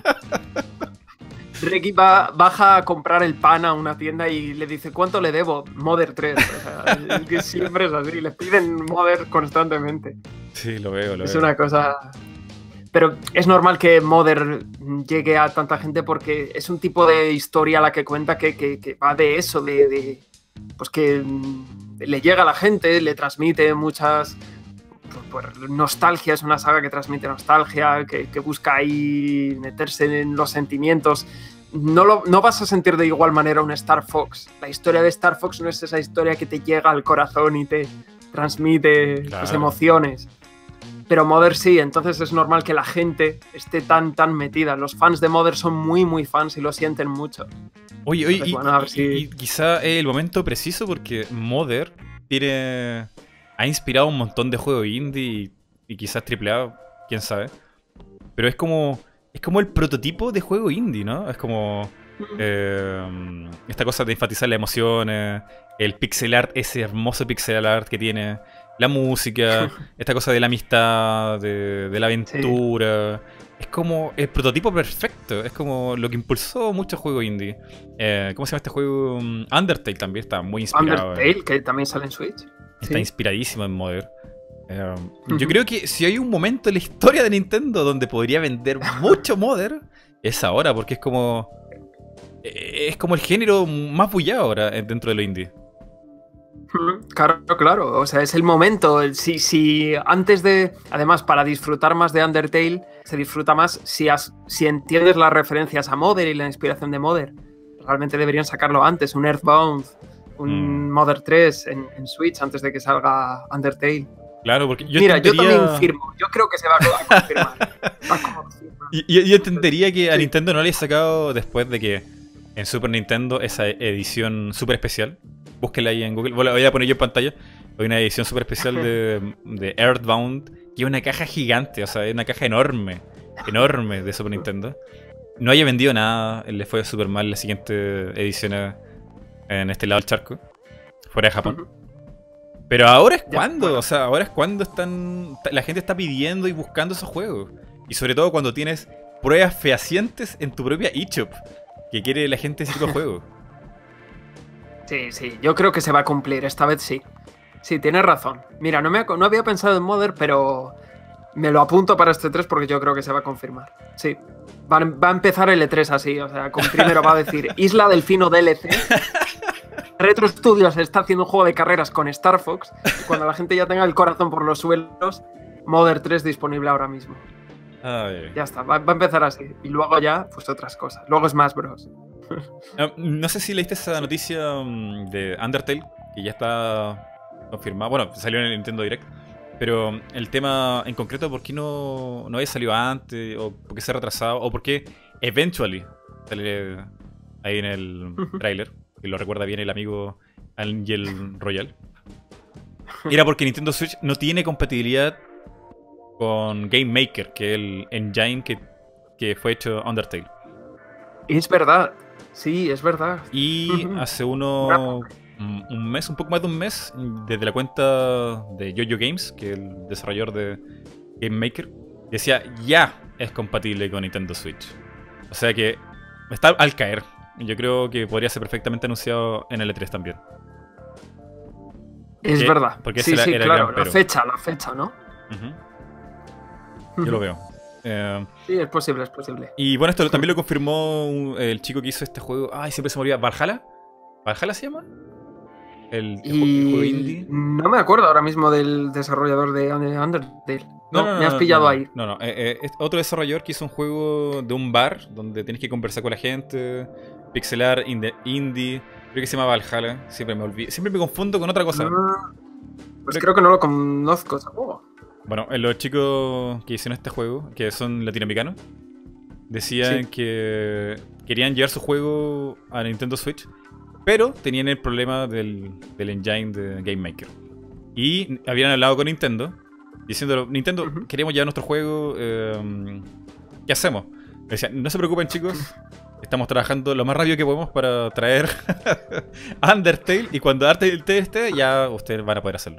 Reggie va, baja a comprar el pan a una tienda y le dice, ¿cuánto le debo? Mother tres. O sea, es que siempre es así. Le piden Mother constantemente. Sí, lo veo, lo Es veo. una cosa... Pero es normal que Mother llegue a tanta gente porque es un tipo de historia la que cuenta que, que- que va de eso, de, de- pues que mm, le llega a la gente, le transmite muchas... Pues, pues, nostalgia, es una saga que transmite nostalgia, que, que busca ahí meterse en los sentimientos. No, lo, no vas a sentir de igual manera un Star Fox. La historia de Star Fox no es esa historia que te llega al corazón y te transmite Claro. las emociones. Pero Mother sí, entonces es normal que la gente esté tan, tan metida. Los fans de Mother son muy, muy fans y lo sienten mucho. Oye, oye, Pues y, bueno, a ver y- si- y quizá es el momento preciso porque Mother tiene, ha inspirado un montón de juegos indie y, y quizás triple A, quién sabe. Pero es como, es como el prototipo de juego indie, ¿no? Es como eh, esta cosa de enfatizar las emociones, el pixel art, ese hermoso pixel art que tiene, la música, esta cosa de la amistad, de, de la aventura. Es como el prototipo perfecto, es como lo que impulsó muchos juegos indie. Eh, ¿Cómo se llama este juego? Mm, Undertale también está muy inspirado. eh. Undertale, que también sale en Switch. Está Sí. inspiradísimo en Mother. Eh, Ujú. Yo creo que si hay un momento en la historia de Nintendo donde podría vender mucho Mother, es ahora, porque es como. eh, Es como el género más bullado ahora eh, dentro de lo indie. Ujú, Claro, claro. O sea, es el momento. El- Si, si antes de. Además, para disfrutar más de Undertale, se disfruta más si, has- si entiendes las referencias a Mother y la inspiración de Mother. Realmente deberían sacarlo antes. Un Earthbound, un Mm. Mother tres en, en Switch antes de que salga Undertale. Claro, porque yo Mira, yo entendería- también firmo. Yo creo que se va a confirmar. Va a confirmar. Y, y- yo entendería que a Sí. Nintendo no le haya sacado después de que en Super Nintendo esa edición super especial. búsquenla ahí en Google. Bueno, la voy a poner yo en pantalla. Hay una edición súper especial de, de Earthbound, que es una caja gigante, o sea, es una caja enorme, enorme de Super Nintendo. No haya vendido nada, le fue súper mal la siguiente edición en este lado del charco, fuera de Japón. Pero ahora es cuando, o sea, ahora es cuando están, la gente está pidiendo y buscando esos juegos. Y sobre todo cuando tienes pruebas fehacientes en tu propia eShop, que quiere la gente ese tipo de juegos. Sí, sí, yo creo que se va a cumplir, esta vez sí. Sí, tienes razón. Mira, no, me ha, no había pensado en Mother, pero me lo apunto para este E tres porque yo creo que se va a confirmar. Sí, va, va a empezar el E tres así, o sea, con primero va a decir Isla Delfino D L C. Retro Studios está haciendo un juego de carreras con Star Fox. Y cuando la gente ya tenga el corazón por los suelos, Mother tres disponible ahora mismo. Ay. Ya está, va, va a empezar así. Y luego ya, pues otras cosas. Luego Smash Bros. No, no sé si leíste esa noticia um, de Undertale, que ya está confirmada. Bueno, salió en el Nintendo Direct. Pero el tema en concreto, ¿por qué no, no había salido antes? ¿O por qué se ha retrasado? ¿O por qué eventually sale ahí en el tráiler? Que lo recuerda bien el amigo Angel Royal. Era porque Nintendo Switch no tiene compatibilidad con Game Maker, que es el engine que, que fue hecho Undertale. Es verdad, sí, es verdad. Y hace uno un mes, un poco más de un mes, desde la cuenta de YoYo Games, que es el desarrollador de Game Maker, decía ya es compatible con Nintendo Switch. O sea que está al caer. Yo creo que podría ser perfectamente anunciado en el E tres también. Es porque, verdad. Porque sí, era, sí, era claro, la fecha, la fecha, ¿no? Uh-huh. Yo lo veo. Eh, sí, es posible, es posible. Y bueno, esto también lo confirmó un, el chico que hizo este juego. Ay, siempre se me olvida. ¿Valhalla? ¿Valhalla se llama? El, el, y... el juego indie. No me acuerdo ahora mismo del desarrollador de Undertale. No, no, no, me has no, pillado no, ahí. No, no. Eh, eh, otro desarrollador que hizo un juego de un bar donde tienes que conversar con la gente, pixelar, indie. Creo que se llama Valhalla. Siempre me olvido. Siempre me confundo con otra cosa. Ah, pues creo, creo que no lo conozco ese juego. Bueno, los chicos que hicieron este juego, que son latinoamericanos, decían sí. que querían llevar su juego a Nintendo Switch, pero tenían el problema del, del engine de Game Maker. Y habían hablado con Nintendo, diciéndolo, Nintendo, uh-huh. queremos llevar nuestro juego, eh, ¿qué hacemos? Decían, no se preocupen chicos, estamos trabajando lo más rápido que podemos para traer Undertale, y cuando Undertale esté, ya ustedes van a poder hacerlo.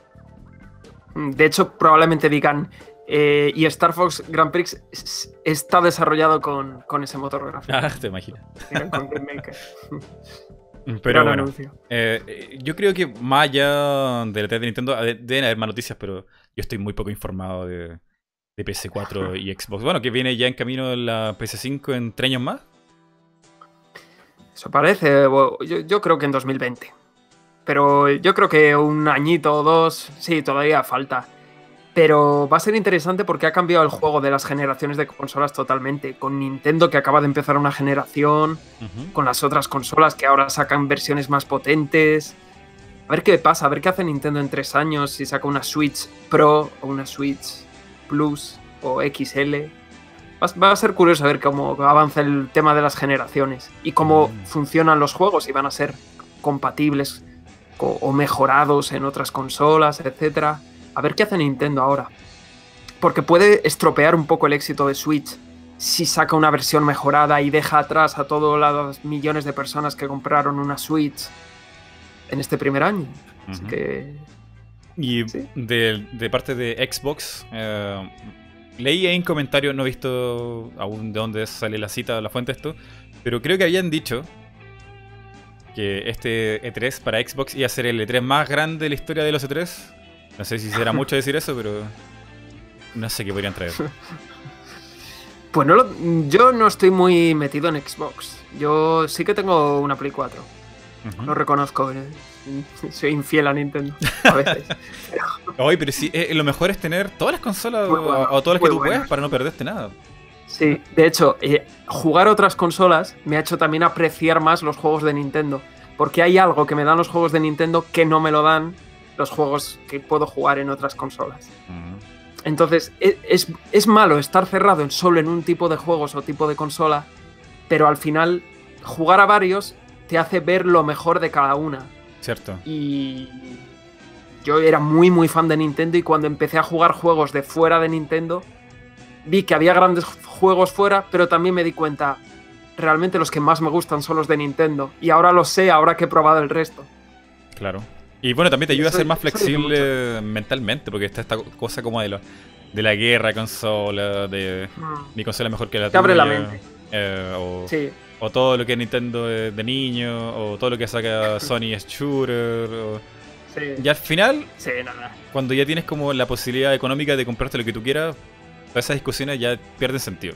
De hecho, probablemente digan, eh, y Star Fox Grand Prix está desarrollado con, con ese motor gráfico. Ah, te imaginas. Con Game Maker. Pero bueno, eh, yo creo que más allá de la T V de Nintendo deben haber más noticias, pero yo estoy muy poco informado de, de P S cuatro y Xbox. Bueno, que viene ya en camino la P S cinco en tres años más. Eso parece, yo, yo creo que en dos mil veinte. Pero yo creo que un añito o dos, sí, todavía falta. Pero va a ser interesante porque ha cambiado el juego de las generaciones de consolas totalmente. Con Nintendo, que acaba de empezar una generación, uh-huh. con las otras consolas que ahora sacan versiones más potentes. A ver qué pasa, a ver qué hace Nintendo en tres años, si saca una Switch Pro o una Switch Plus o X L. Va, va a ser curioso ver cómo avanza el tema de las generaciones y cómo uh-huh. funcionan los juegos, si van a ser compatibles o mejorados en otras consolas, etcétera. A ver qué hace Nintendo ahora. Porque puede estropear un poco el éxito de Switch si saca una versión mejorada y deja atrás a todos los millones de personas que compraron una Switch en este primer año. Uh-huh. Así que... Y ¿sí? de, de parte de Xbox, eh, leí ahí un comentario, no he visto aún de dónde sale la cita, la fuente de esto, pero creo que habían dicho que este E tres para Xbox iba a ser el E tres más grande de la historia de los E tres. No sé si será mucho decir eso, pero no sé qué podrían traer. Pues no lo, yo no estoy muy metido en Xbox. Yo sí que tengo una Play cuatro. Uh-huh. Lo reconozco. Eh. Soy infiel a Nintendo a veces. pero... Oye, pero sí, eh, lo mejor es tener todas las consolas bueno, o, o todas las que tú buena. puedas para no perderte nada. Sí, de hecho, eh, jugar otras consolas me ha hecho también apreciar más los juegos de Nintendo. Porque hay algo que me dan los juegos de Nintendo que no me lo dan los juegos que puedo jugar en otras consolas. Uh-huh. Entonces, es, es, es malo estar cerrado en solo en un tipo de juegos o tipo de consola, pero al final, jugar a varios te hace ver lo mejor de cada una. Cierto. Y yo era muy, muy fan de Nintendo y cuando empecé a jugar juegos de fuera de Nintendo, vi que había grandes juegos fuera, pero también me di cuenta, realmente los que más me gustan son los de Nintendo. Y ahora lo sé, ahora que he probado el resto. Claro. Y bueno, también te ayuda Eso- a ser más eso dice flexible mentalmente, porque está esta cosa como de, lo- de la guerra de consola, de Mm. mi consola es mejor que la Te tuya. abre la mente. eh, o, Sí, o todo lo que es Nintendo de, de niño, o todo lo que saca Sony es shooter. o- sí. Y al final, Sí, nada. cuando ya tienes como la posibilidad económica de comprarte lo que tú quieras, todas esas discusiones ya pierden sentido.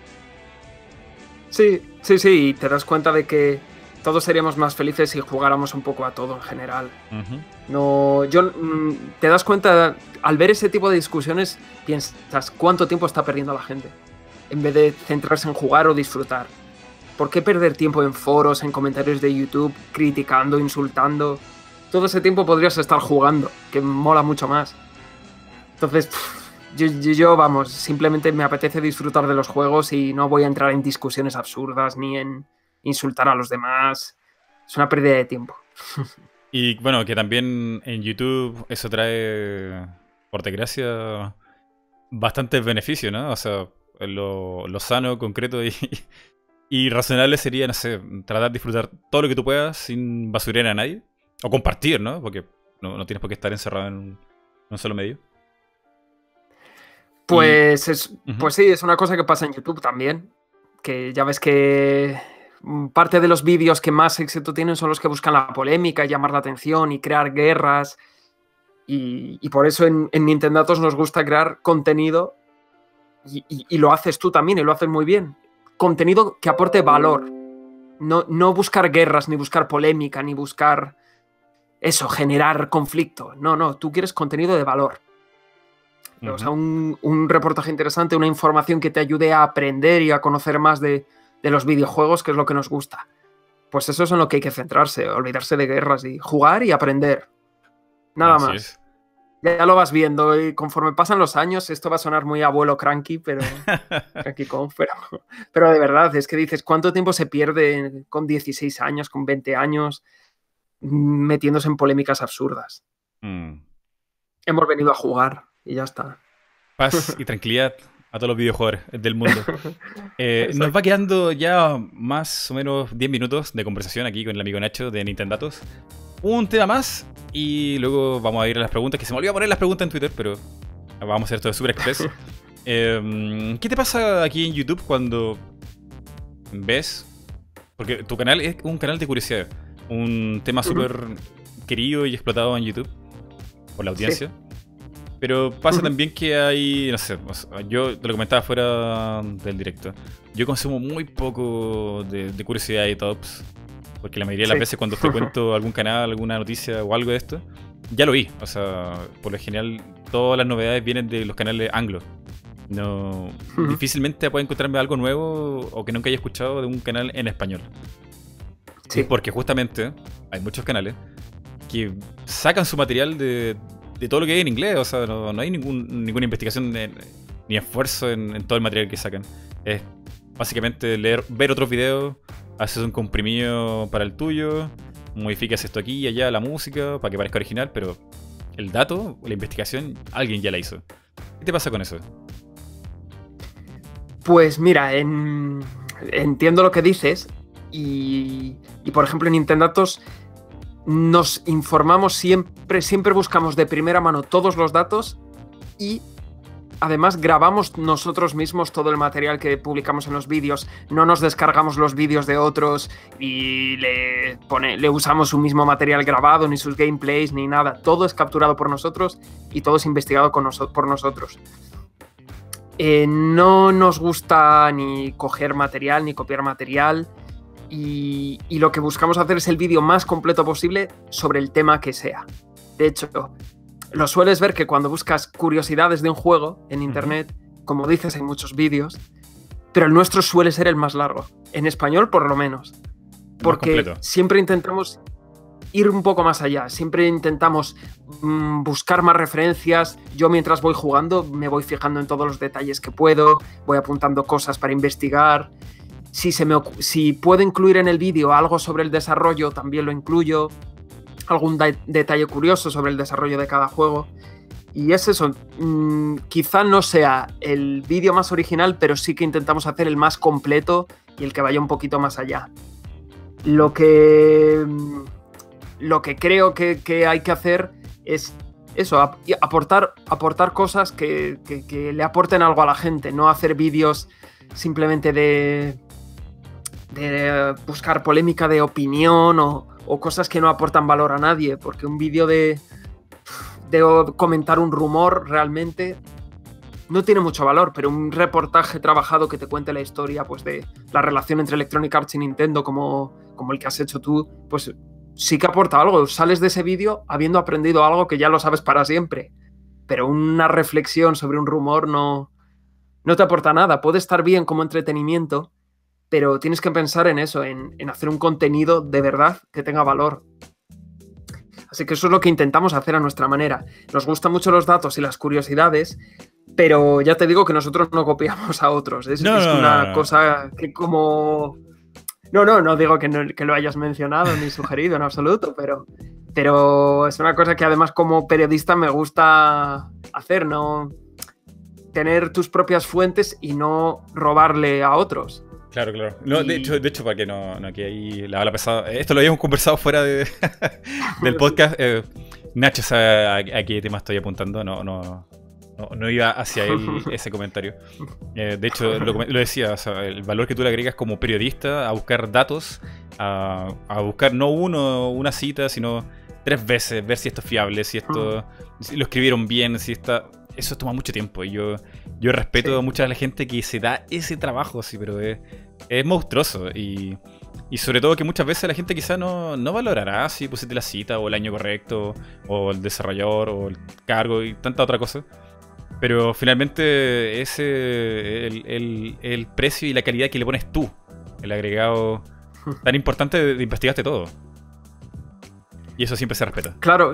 Sí, sí, sí, y te das cuenta de que todos seríamos más felices si jugáramos un poco a todo en general. Ujú. No, yo mm, te das cuenta, al ver ese tipo de discusiones, piensas cuánto tiempo está perdiendo la gente, en vez de centrarse en jugar o disfrutar. ¿Por qué perder tiempo en foros, en comentarios de YouTube, criticando, insultando? Todo ese tiempo podrías estar jugando, que mola mucho más. Entonces, pff, yo, yo- yo, vamos, simplemente me apetece disfrutar de los juegos y no voy a entrar en discusiones absurdas ni en insultar a los demás. Es una pérdida de tiempo. Y bueno, que también en YouTube eso trae, por desgracia, bastantes beneficios, ¿no? O sea, lo, lo sano, concreto y, y razonable sería, no sé, tratar de disfrutar todo lo que tú puedas sin basurear a nadie. O compartir, ¿no? Porque no, no tienes por qué estar encerrado en un, en un solo medio. Pues, es, Ujú. pues sí, es una cosa que pasa en YouTube también. Que ya ves que mm, parte de los vídeos que más éxito tienen son los que buscan la polémica, llamar la atención y crear guerras. Y, y por eso en, en Nintendatos nos gusta crear contenido y, y- y lo haces tú también y lo haces muy bien. Contenido que aporte valor. No, no buscar guerras, ni buscar polémica, ni buscar eso, generar conflicto. No, no, tú quieres contenido de valor. O sea, Ujú. un, un reportaje interesante, una información que te ayude a aprender y a conocer más de, de los videojuegos, que es lo que nos gusta. Pues eso es en lo que hay que centrarse, olvidarse de guerras y jugar y aprender. Nada Así más. es. Ya lo vas viendo y conforme pasan los años, esto va a sonar muy abuelo cranky, pero cranky Kong, pero, pero de verdad, es que dices, ¿cuánto tiempo se pierde con dieciséis años, con veinte años, metiéndose en polémicas absurdas? Mm. Hemos venido a jugar y ya está. Paz y tranquilidad a todos los videojuegos del mundo. Eh, nos Exacto. va quedando ya más o menos diez minutos de conversación aquí con el amigo Nacho de Nintendatos. Un tema más y luego vamos a ir a las preguntas, que se me olvidó poner las preguntas en Twitter, pero vamos a hacer esto de Super Express. Eh, ¿Qué te pasa aquí en YouTube cuando ves? Porque tu canal es un canal de curiosidad, un tema súper querido y explotado en YouTube por la audiencia. Pero pasa Ujú. también que hay, no sé, o sea, yo te lo comentaba fuera del directo. Yo consumo muy poco de, de curiosidad y tops. Porque la mayoría de las Sí. veces cuando frecuento algún canal, alguna noticia o algo de esto, ya lo vi. O sea, por lo general, todas las novedades vienen de los canales anglos. No, Ujú. difícilmente puedo encontrarme algo nuevo o que nunca haya escuchado de un canal en español. Sí. Porque justamente hay muchos canales que sacan su material de, de todo lo que hay en inglés. O sea, no, no hay ningún, ninguna investigación de- ni esfuerzo en, en todo el material que sacan. Es básicamente leer, ver otros videos, haces un comprimido para el tuyo, modificas esto aquí y allá, la música, para que parezca original, pero el dato, la investigación, alguien ya la hizo. ¿Qué te pasa con eso? Pues mira, en- entiendo lo que dices y, y, por ejemplo en Nintendatos nos informamos siempre, siempre buscamos de primera mano todos los datos y además grabamos nosotros mismos todo el material que publicamos en los vídeos, no nos descargamos los vídeos de otros y le, pone, le usamos su mismo material grabado, ni sus gameplays, ni nada, todo es capturado por nosotros y todo es investigado con noso- por nosotros. Eh, no nos gusta ni coger material, ni copiar material. Y, y lo que buscamos hacer es el vídeo más completo posible sobre el tema que sea. De hecho, lo sueles ver que cuando buscas curiosidades de un juego en internet, uh-huh. como dices, hay muchos vídeos, pero el nuestro suele ser el más largo. En español, por lo menos. Porque siempre intentamos ir un poco más allá. Siempre intentamos mmm, buscar más referencias. Yo mientras voy jugando me voy fijando en todos los detalles que puedo, voy apuntando cosas para investigar. Si, se me, si puedo incluir en el vídeo algo sobre el desarrollo, también lo incluyo. algún de detalle curioso sobre el desarrollo de cada juego. Y es eso, mmm, quizá no sea el vídeo más original, pero sí que intentamos hacer el más completo y el que vaya un poquito más allá. Lo que, lo que creo que, que hay que hacer es eso, ap aportar, aportar cosas que, que, que le aporten algo a la gente, no hacer vídeos simplemente de, de buscar polémica de opinión o, o cosas que no aportan valor a nadie, porque un vídeo de... de comentar un rumor realmente no tiene mucho valor, pero un reportaje trabajado que te cuente la historia pues, de la relación entre Electronic Arts y Nintendo, como, como el que has hecho tú, pues sí que aporta algo. Sales de ese vídeo habiendo aprendido algo que ya lo sabes para siempre, pero una reflexión sobre un rumor no, no te aporta nada. Puede estar bien como entretenimiento, pero tienes que pensar en eso, en, en hacer un contenido de verdad que tenga valor. Así que eso es lo que intentamos hacer a nuestra manera. Nos gustan mucho los datos y las curiosidades, pero ya te digo que nosotros no copiamos a otros. Es, no, es no, una no, no. cosa que como... No, no, no digo que, no, que lo hayas mencionado ni sugerido en absoluto, pero, pero es una cosa que además como periodista me gusta hacer, ¿no? Tener tus propias fuentes y no robarle a otros. Claro, claro. No, y... de hecho, de hecho, para que no, no quede ahí la bala pesada. Esto lo habíamos conversado fuera de, del podcast. Eh, Nacho sabe a, a qué tema estoy apuntando. No, no, no, no iba hacia él ese comentario. Eh, de hecho, lo, lo decía, o sea, el valor que tú le agregas como periodista a buscar datos, a, a buscar no uno, una cita, sino tres veces, ver si esto es fiable, si esto si lo escribieron bien, si está... Eso toma mucho tiempo y yo, yo respeto sí. a mucha de la gente que se da ese trabajo, sí, pero es, es monstruoso y, y sobre todo que muchas veces la gente quizá no, no valorará si pusiste la cita o el año correcto o el desarrollador o el cargo y tanta otra cosa, pero finalmente ese el, el, el precio y la calidad que le pones tú, el agregado tan importante de, de investigarte todo, y eso siempre se respeta. Claro.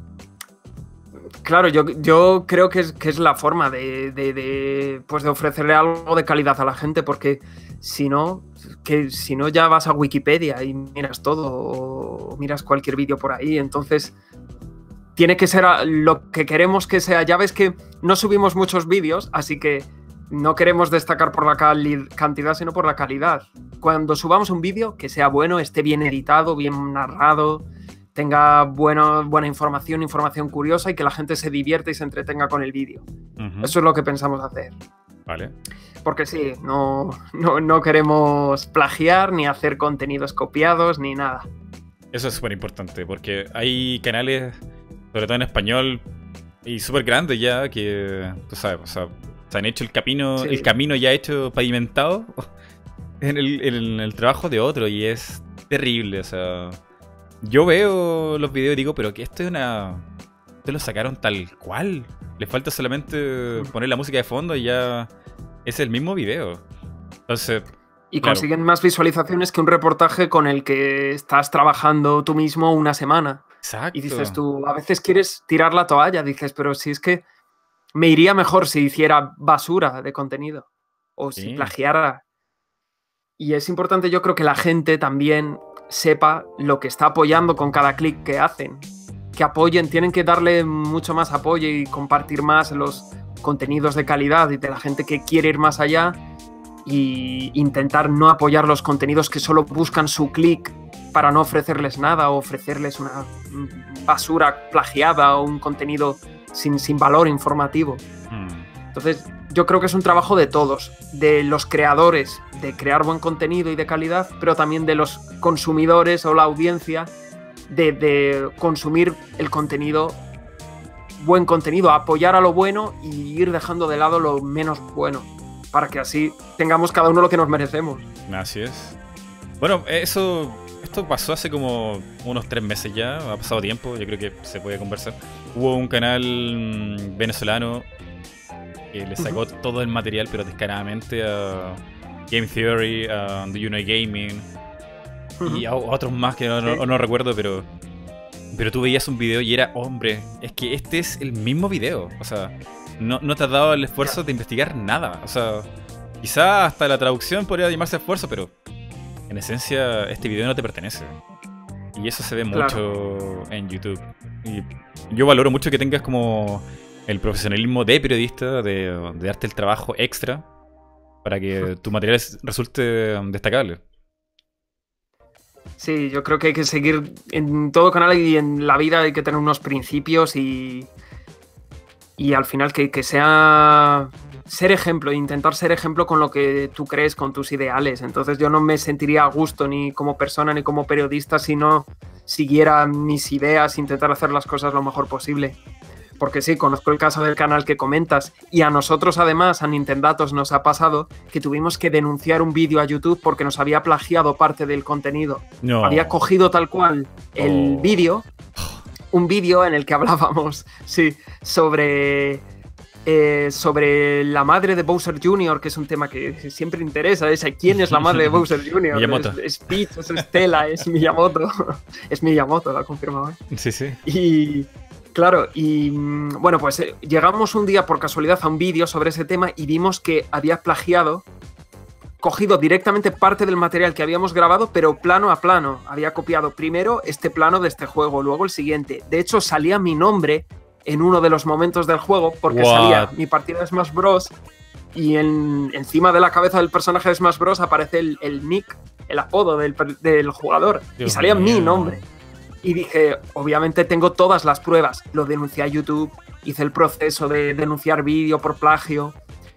Claro, yo, yo creo que es, que es la forma de, de, de, pues de ofrecerle algo de calidad a la gente, porque si no, que si no ya vas a Wikipedia y miras todo o miras cualquier vídeo por ahí. Entonces, tiene que ser lo que queremos que sea. Ya ves que no subimos muchos vídeos, así que no queremos destacar por la cantidad, sino por la calidad. Cuando subamos un vídeo, que sea bueno, esté bien editado, bien narrado, tenga bueno, buena información, información curiosa y que la gente se divierta y se entretenga con el vídeo. Uh-huh. Eso es lo que pensamos hacer. Vale. Porque sí, no, no, no queremos plagiar, ni hacer contenidos copiados, ni nada. Eso es súper importante, porque hay canales, sobre todo en español, y súper grandes ya, que, tú sabes, o sea, se han hecho el camino, sí. el camino ya hecho, pavimentado, en el, en el trabajo de otro, y es terrible, o sea... Yo veo los videos y digo, pero que esto es una... Ustedes lo sacaron tal cual. Les falta solamente poner la música de fondo y ya es el mismo video. Entonces... Y claro, consiguen más visualizaciones que un reportaje con el que estás trabajando tú mismo una semana. Exacto. Y dices tú, a veces quieres tirar la toalla, dices, pero si es que me iría mejor si hiciera basura de contenido. O sí. si plagiara. Y es importante, yo creo que la gente también... sepa lo que está apoyando con cada clic que hacen, que apoyen, tienen que darle mucho más apoyo y compartir más los contenidos de calidad y de la gente que quiere ir más allá, y intentar no apoyar los contenidos que solo buscan su clic para no ofrecerles nada o ofrecerles una basura plagiada o un contenido sin, sin valor informativo. Mm. Entonces yo creo que es un trabajo de todos, de los creadores, de crear buen contenido y de calidad, pero también de los consumidores o la audiencia, de, de consumir el contenido, buen contenido, apoyar a lo bueno y ir dejando de lado lo menos bueno, para que así tengamos cada uno lo que nos merecemos. Así es. Bueno, eso, esto pasó hace como unos tres meses ya, ha pasado tiempo, yo creo que se puede conversar. Hubo un canal venezolano que le sacó uh-huh. todo el material, pero descaradamente a Game Theory, a The Unite Gaming uh-huh. y a otros más que no, no, no, no recuerdo, pero pero tú veías un video y era, hombre, es que este es el mismo video, o sea, no, no te has dado el esfuerzo de investigar nada, o sea, quizá hasta la traducción podría llamarse esfuerzo, pero en esencia este video no te pertenece. Y eso se ve Claro. mucho en YouTube. Y yo valoro mucho que tengas como el profesionalismo de periodista, de, de darte el trabajo extra para que tu material es- resulte destacable. Sí, yo creo que hay que seguir en todo canal y en la vida hay que tener unos principios y, y al final que, que sea ser ejemplo, intentar ser ejemplo con lo que tú crees, con tus ideales. Entonces yo no me sentiría a gusto ni como persona ni como periodista si no siguiera mis ideas, intentar hacer las cosas lo mejor posible. Porque sí, conozco el caso del canal que comentas y a nosotros además, a Nintendatos, nos ha pasado que tuvimos que denunciar un vídeo a YouTube porque nos había plagiado parte del contenido. No. Había cogido tal cual el Oh. vídeo, un vídeo en el que hablábamos, sí, sobre, eh, sobre la madre de Bowser junior, que es un tema que siempre interesa. Es quién es la madre de Bowser junior Miyamoto. Es, es Peach, es Estela, es Miyamoto. Es Miyamoto, lo ha confirmado, ¿eh? Sí, sí. Y claro, y mm, bueno, pues eh, llegamos un día por casualidad a un vídeo sobre ese tema y vimos que había plagiado, cogido directamente parte del material que habíamos grabado, pero plano a plano. Había copiado primero este plano de este juego, luego el siguiente. De hecho, salía mi nombre en uno de los momentos del juego porque What? salía mi partida de Smash Bros. Y en, encima de la cabeza del personaje de Smash Bros. Aparece el, el nick, el apodo del, per- del jugador. Dios y salía mío. mi nombre. Y dije, obviamente tengo todas las pruebas. Lo denuncié a YouTube, hice el proceso de denunciar vídeo por plagio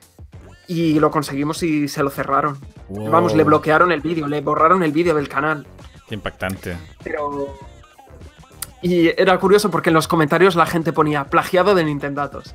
y lo conseguimos y se lo cerraron. Wow. Vamos, le bloquearon el vídeo, le borraron el vídeo del canal. Qué impactante. Pero... Y era curioso porque en los comentarios la gente ponía plagiado de Nintendatos.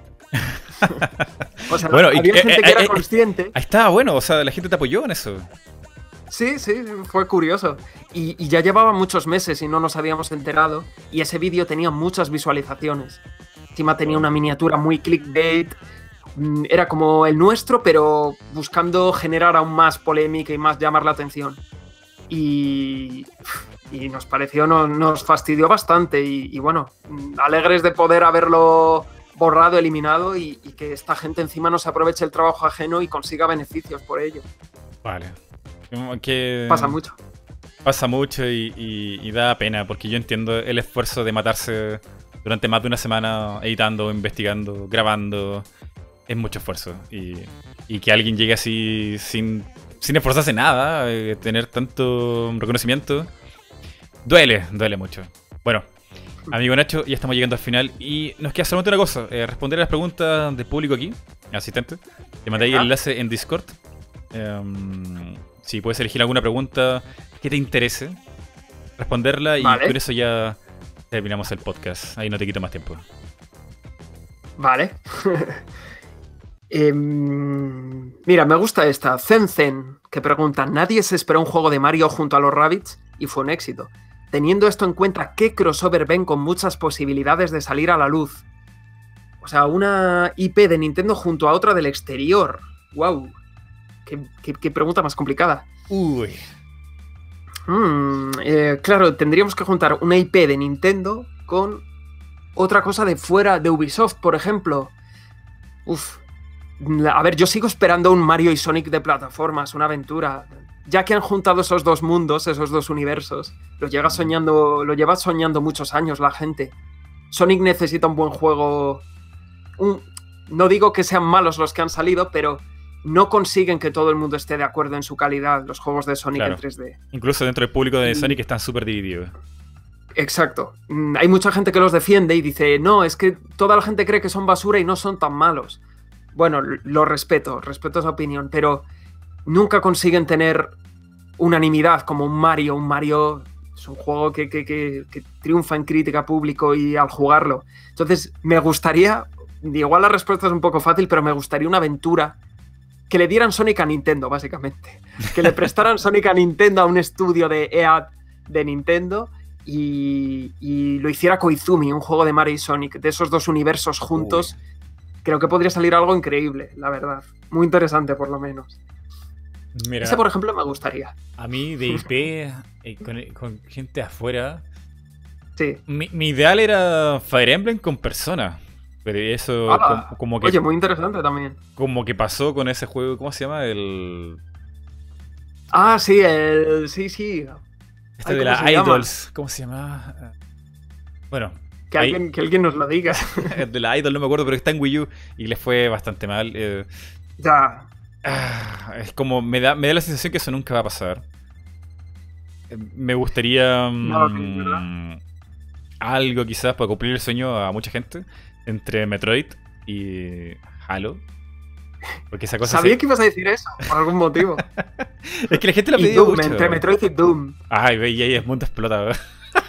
O sea, Bueno, y- había eh, gente eh, que era eh, consciente. Ahí estaba bueno, o sea, la gente te apoyó en eso. Sí, sí, fue curioso. Y, y ya llevaba muchos meses y no nos habíamos enterado. Y ese vídeo tenía muchas visualizaciones. Encima tenía una miniatura muy clickbait. Mm, Era como el nuestro, pero buscando generar aún más polémica y más llamar la atención. Y, y nos pareció, no- nos fastidió bastante. Y, y bueno, mm, alegres de poder haberlo borrado, eliminado y, y que esta gente encima no se aproveche el trabajo ajeno y consiga beneficios por ello. Vale. Como que Pasa mucho. Pasa mucho y, y- y da pena, porque yo entiendo el esfuerzo de matarse durante más de una semana editando, investigando, grabando. Es mucho esfuerzo. Y, y que alguien llegue así sin, sin esforzarse nada, eh, tener tanto reconocimiento, duele, duele mucho. Bueno, amigo Nacho, ya estamos llegando al final y nos queda solamente una cosa, eh, responder a las preguntas del público aquí, asistente. Te mandé ahí el Ajá. enlace en Discord. Em, si puedes elegir alguna pregunta que te interese, responderla y Vale. con eso ya terminamos el podcast. Ahí no te quito más tiempo. Vale. Em, mira, me gusta esta. Zen Zen, que pregunta: ¿nadie se esperó un juego de Mario junto a los Rabbids? Y fue un éxito. Teniendo esto en cuenta, ¿qué crossover ven con muchas posibilidades de salir a la luz? O sea, una I P de Nintendo junto a otra del exterior. ¡Wow! Qué, qué- qué pregunta más complicada. Uy. Mm, eh, claro, tendríamos que juntar una I P de Nintendo con otra cosa de fuera de Ubisoft, por ejemplo. Uf. A ver, yo sigo esperando un Mario y Sonic de plataformas, una aventura. Ya que han juntado esos dos mundos, esos dos universos, lo llega soñando, lo lleva soñando muchos años la gente. Sonic necesita un buen juego. Un- no digo que sean malos los que han salido, pero no consiguen que todo el mundo esté de acuerdo en su calidad, los juegos de Sonic Claro. en tres D. Incluso dentro del público de Y- Sonic están súper divididos. Exacto. Mm, Hay mucha gente que los defiende y dice, no, es que toda la gente cree que son basura y no son tan malos. Bueno, l- lo respeto, respeto esa opinión, pero nunca consiguen tener unanimidad como un Mario. Un Mario es un juego que, que- que- que triunfa en crítica, público y al jugarlo. Entonces, me gustaría, igual la respuesta es un poco fácil, pero me gustaría una aventura que le dieran Sonic a Nintendo, básicamente. Que le prestaran Sonic a Nintendo a un estudio de E A de Nintendo y, y lo hiciera Koizumi, un juego de Mario y Sonic, de esos dos universos juntos. Creo que podría salir algo increíble, la verdad. Muy interesante, por lo menos. Mira, Ese, por ejemplo, me gustaría. a mí de I P eh, con, con gente afuera, Sí. mi, mi ideal era Fire Emblem con Persona. Pero eso Ala. como, como que, Oye, muy interesante también. como que pasó con ese juego, ¿cómo se llama? El... Ah, sí, el... sí, sí. Este Ay, de ¿cómo la se llama? Idols. ¿Cómo se llama? Bueno, Que ahí- alguien, que alguien nos lo diga. de la Idol no me acuerdo, pero está en Wii U y le fue bastante mal. eh, Ya. ah, es como, me da, me da la sensación que eso nunca va a pasar. Eh, Me gustaría No, sí, es verdad. mm, algo quizás para cumplir el sueño a mucha gente entre Metroid y Halo. Porque esa cosa Sabía se... que ibas a decir eso, por algún motivo. Es que la gente lo ha Y pedido Doom, mucho. entre Metroid y Doom. Ay, ve, y ahí el mundo explota. weón.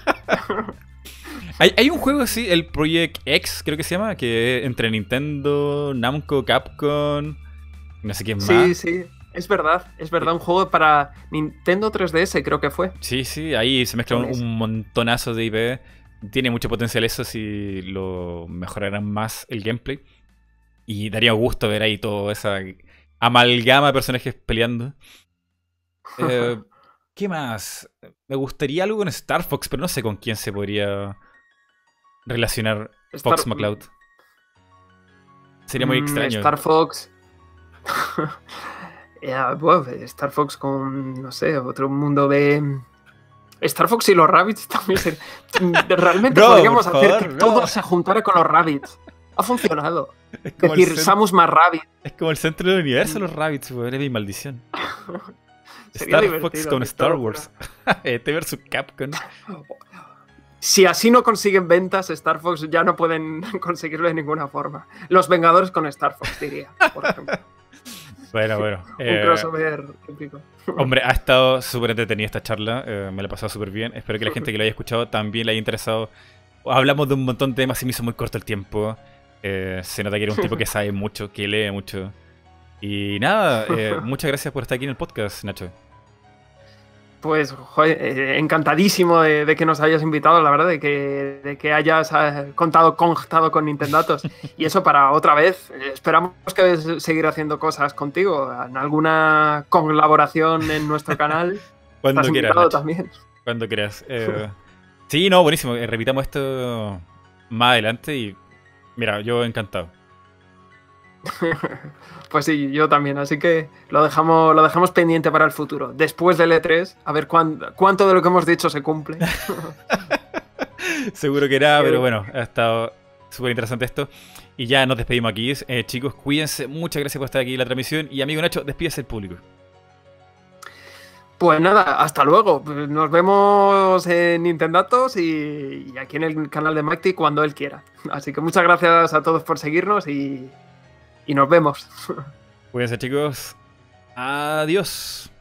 hay, hay un juego así, el Project X, creo que se llama, que es entre Nintendo, Namco, Capcom, no sé quién más. Sí, sí. Es verdad, es verdad. Un juego para Nintendo tres D S, creo que fue. Sí, sí, ahí se mezcla un, Con ese. un montonazo de I P. Tiene mucho potencial eso si lo mejoraran más el gameplay. Y daría gusto ver ahí toda esa amalgama de personajes peleando. Eh, ¿Qué más? Me gustaría algo con Star Fox, pero no sé con quién se podría relacionar Star, Fox McCloud. Sería muy mm, extraño. Star Fox. Ya, bueno, Star Fox con, no sé, otro mundo de... Star Fox y los Rabbits también se... Realmente No, podríamos por hacer favor, que no. todo se juntara con los Rabbits. Ha funcionado. Es Es como, el decir, cen- Samus más Rabbit. es como el centro del universo, los Rabbits, weón, es mi maldición. Sería Star divertido, Fox con qué Star locura. Wars. Este versus Capcom. Si así no consiguen ventas, Star Fox ya no pueden conseguirlo de ninguna forma. Los Vengadores con Star Fox, diría, por ejemplo. Bueno, bueno. Un eh, crossover típico. Hombre, ha estado súper entretenida esta charla. eh, me la he pasado súper bien. Espero que la gente que lo haya escuchado también le haya interesado. Hablamos de un montón de temas y me hizo muy corto el tiempo. Eh, se nota que era un tipo que sabe mucho, que lee mucho. Y nada, eh, muchas gracias por estar aquí en el podcast, Nacho. Pues, joder, eh, encantadísimo de, de que nos hayas invitado, la verdad, de que, de que hayas eh, contado, contado con Nintendatos. Y eso para otra vez. Eh, esperamos que s- seguir haciendo cosas contigo, en alguna colaboración en nuestro canal. Cuando Estás quieras, invitado Nacho. también. Cuando quieras. Eh, sí, no, buenísimo. eh, repitamos esto más adelante y mira, yo encantado. Pues sí, yo también. Así que lo dejamos, lo dejamos pendiente para el futuro. Después del E tres, a ver cuán- cuánto de lo que hemos dicho se cumple. Seguro que era, Qué pero bueno. bueno, ha estado súper interesante esto. Y ya nos despedimos aquí. Eh, chicos, cuídense. Muchas gracias por estar aquí en la transmisión. Y amigo Nacho, despídase el público. Pues nada, hasta luego. Nos vemos en Nintendatos y, y aquí en el canal de Macti cuando él quiera. Así que muchas gracias a todos por seguirnos y, y nos vemos. Cuídense, chicos. Adiós.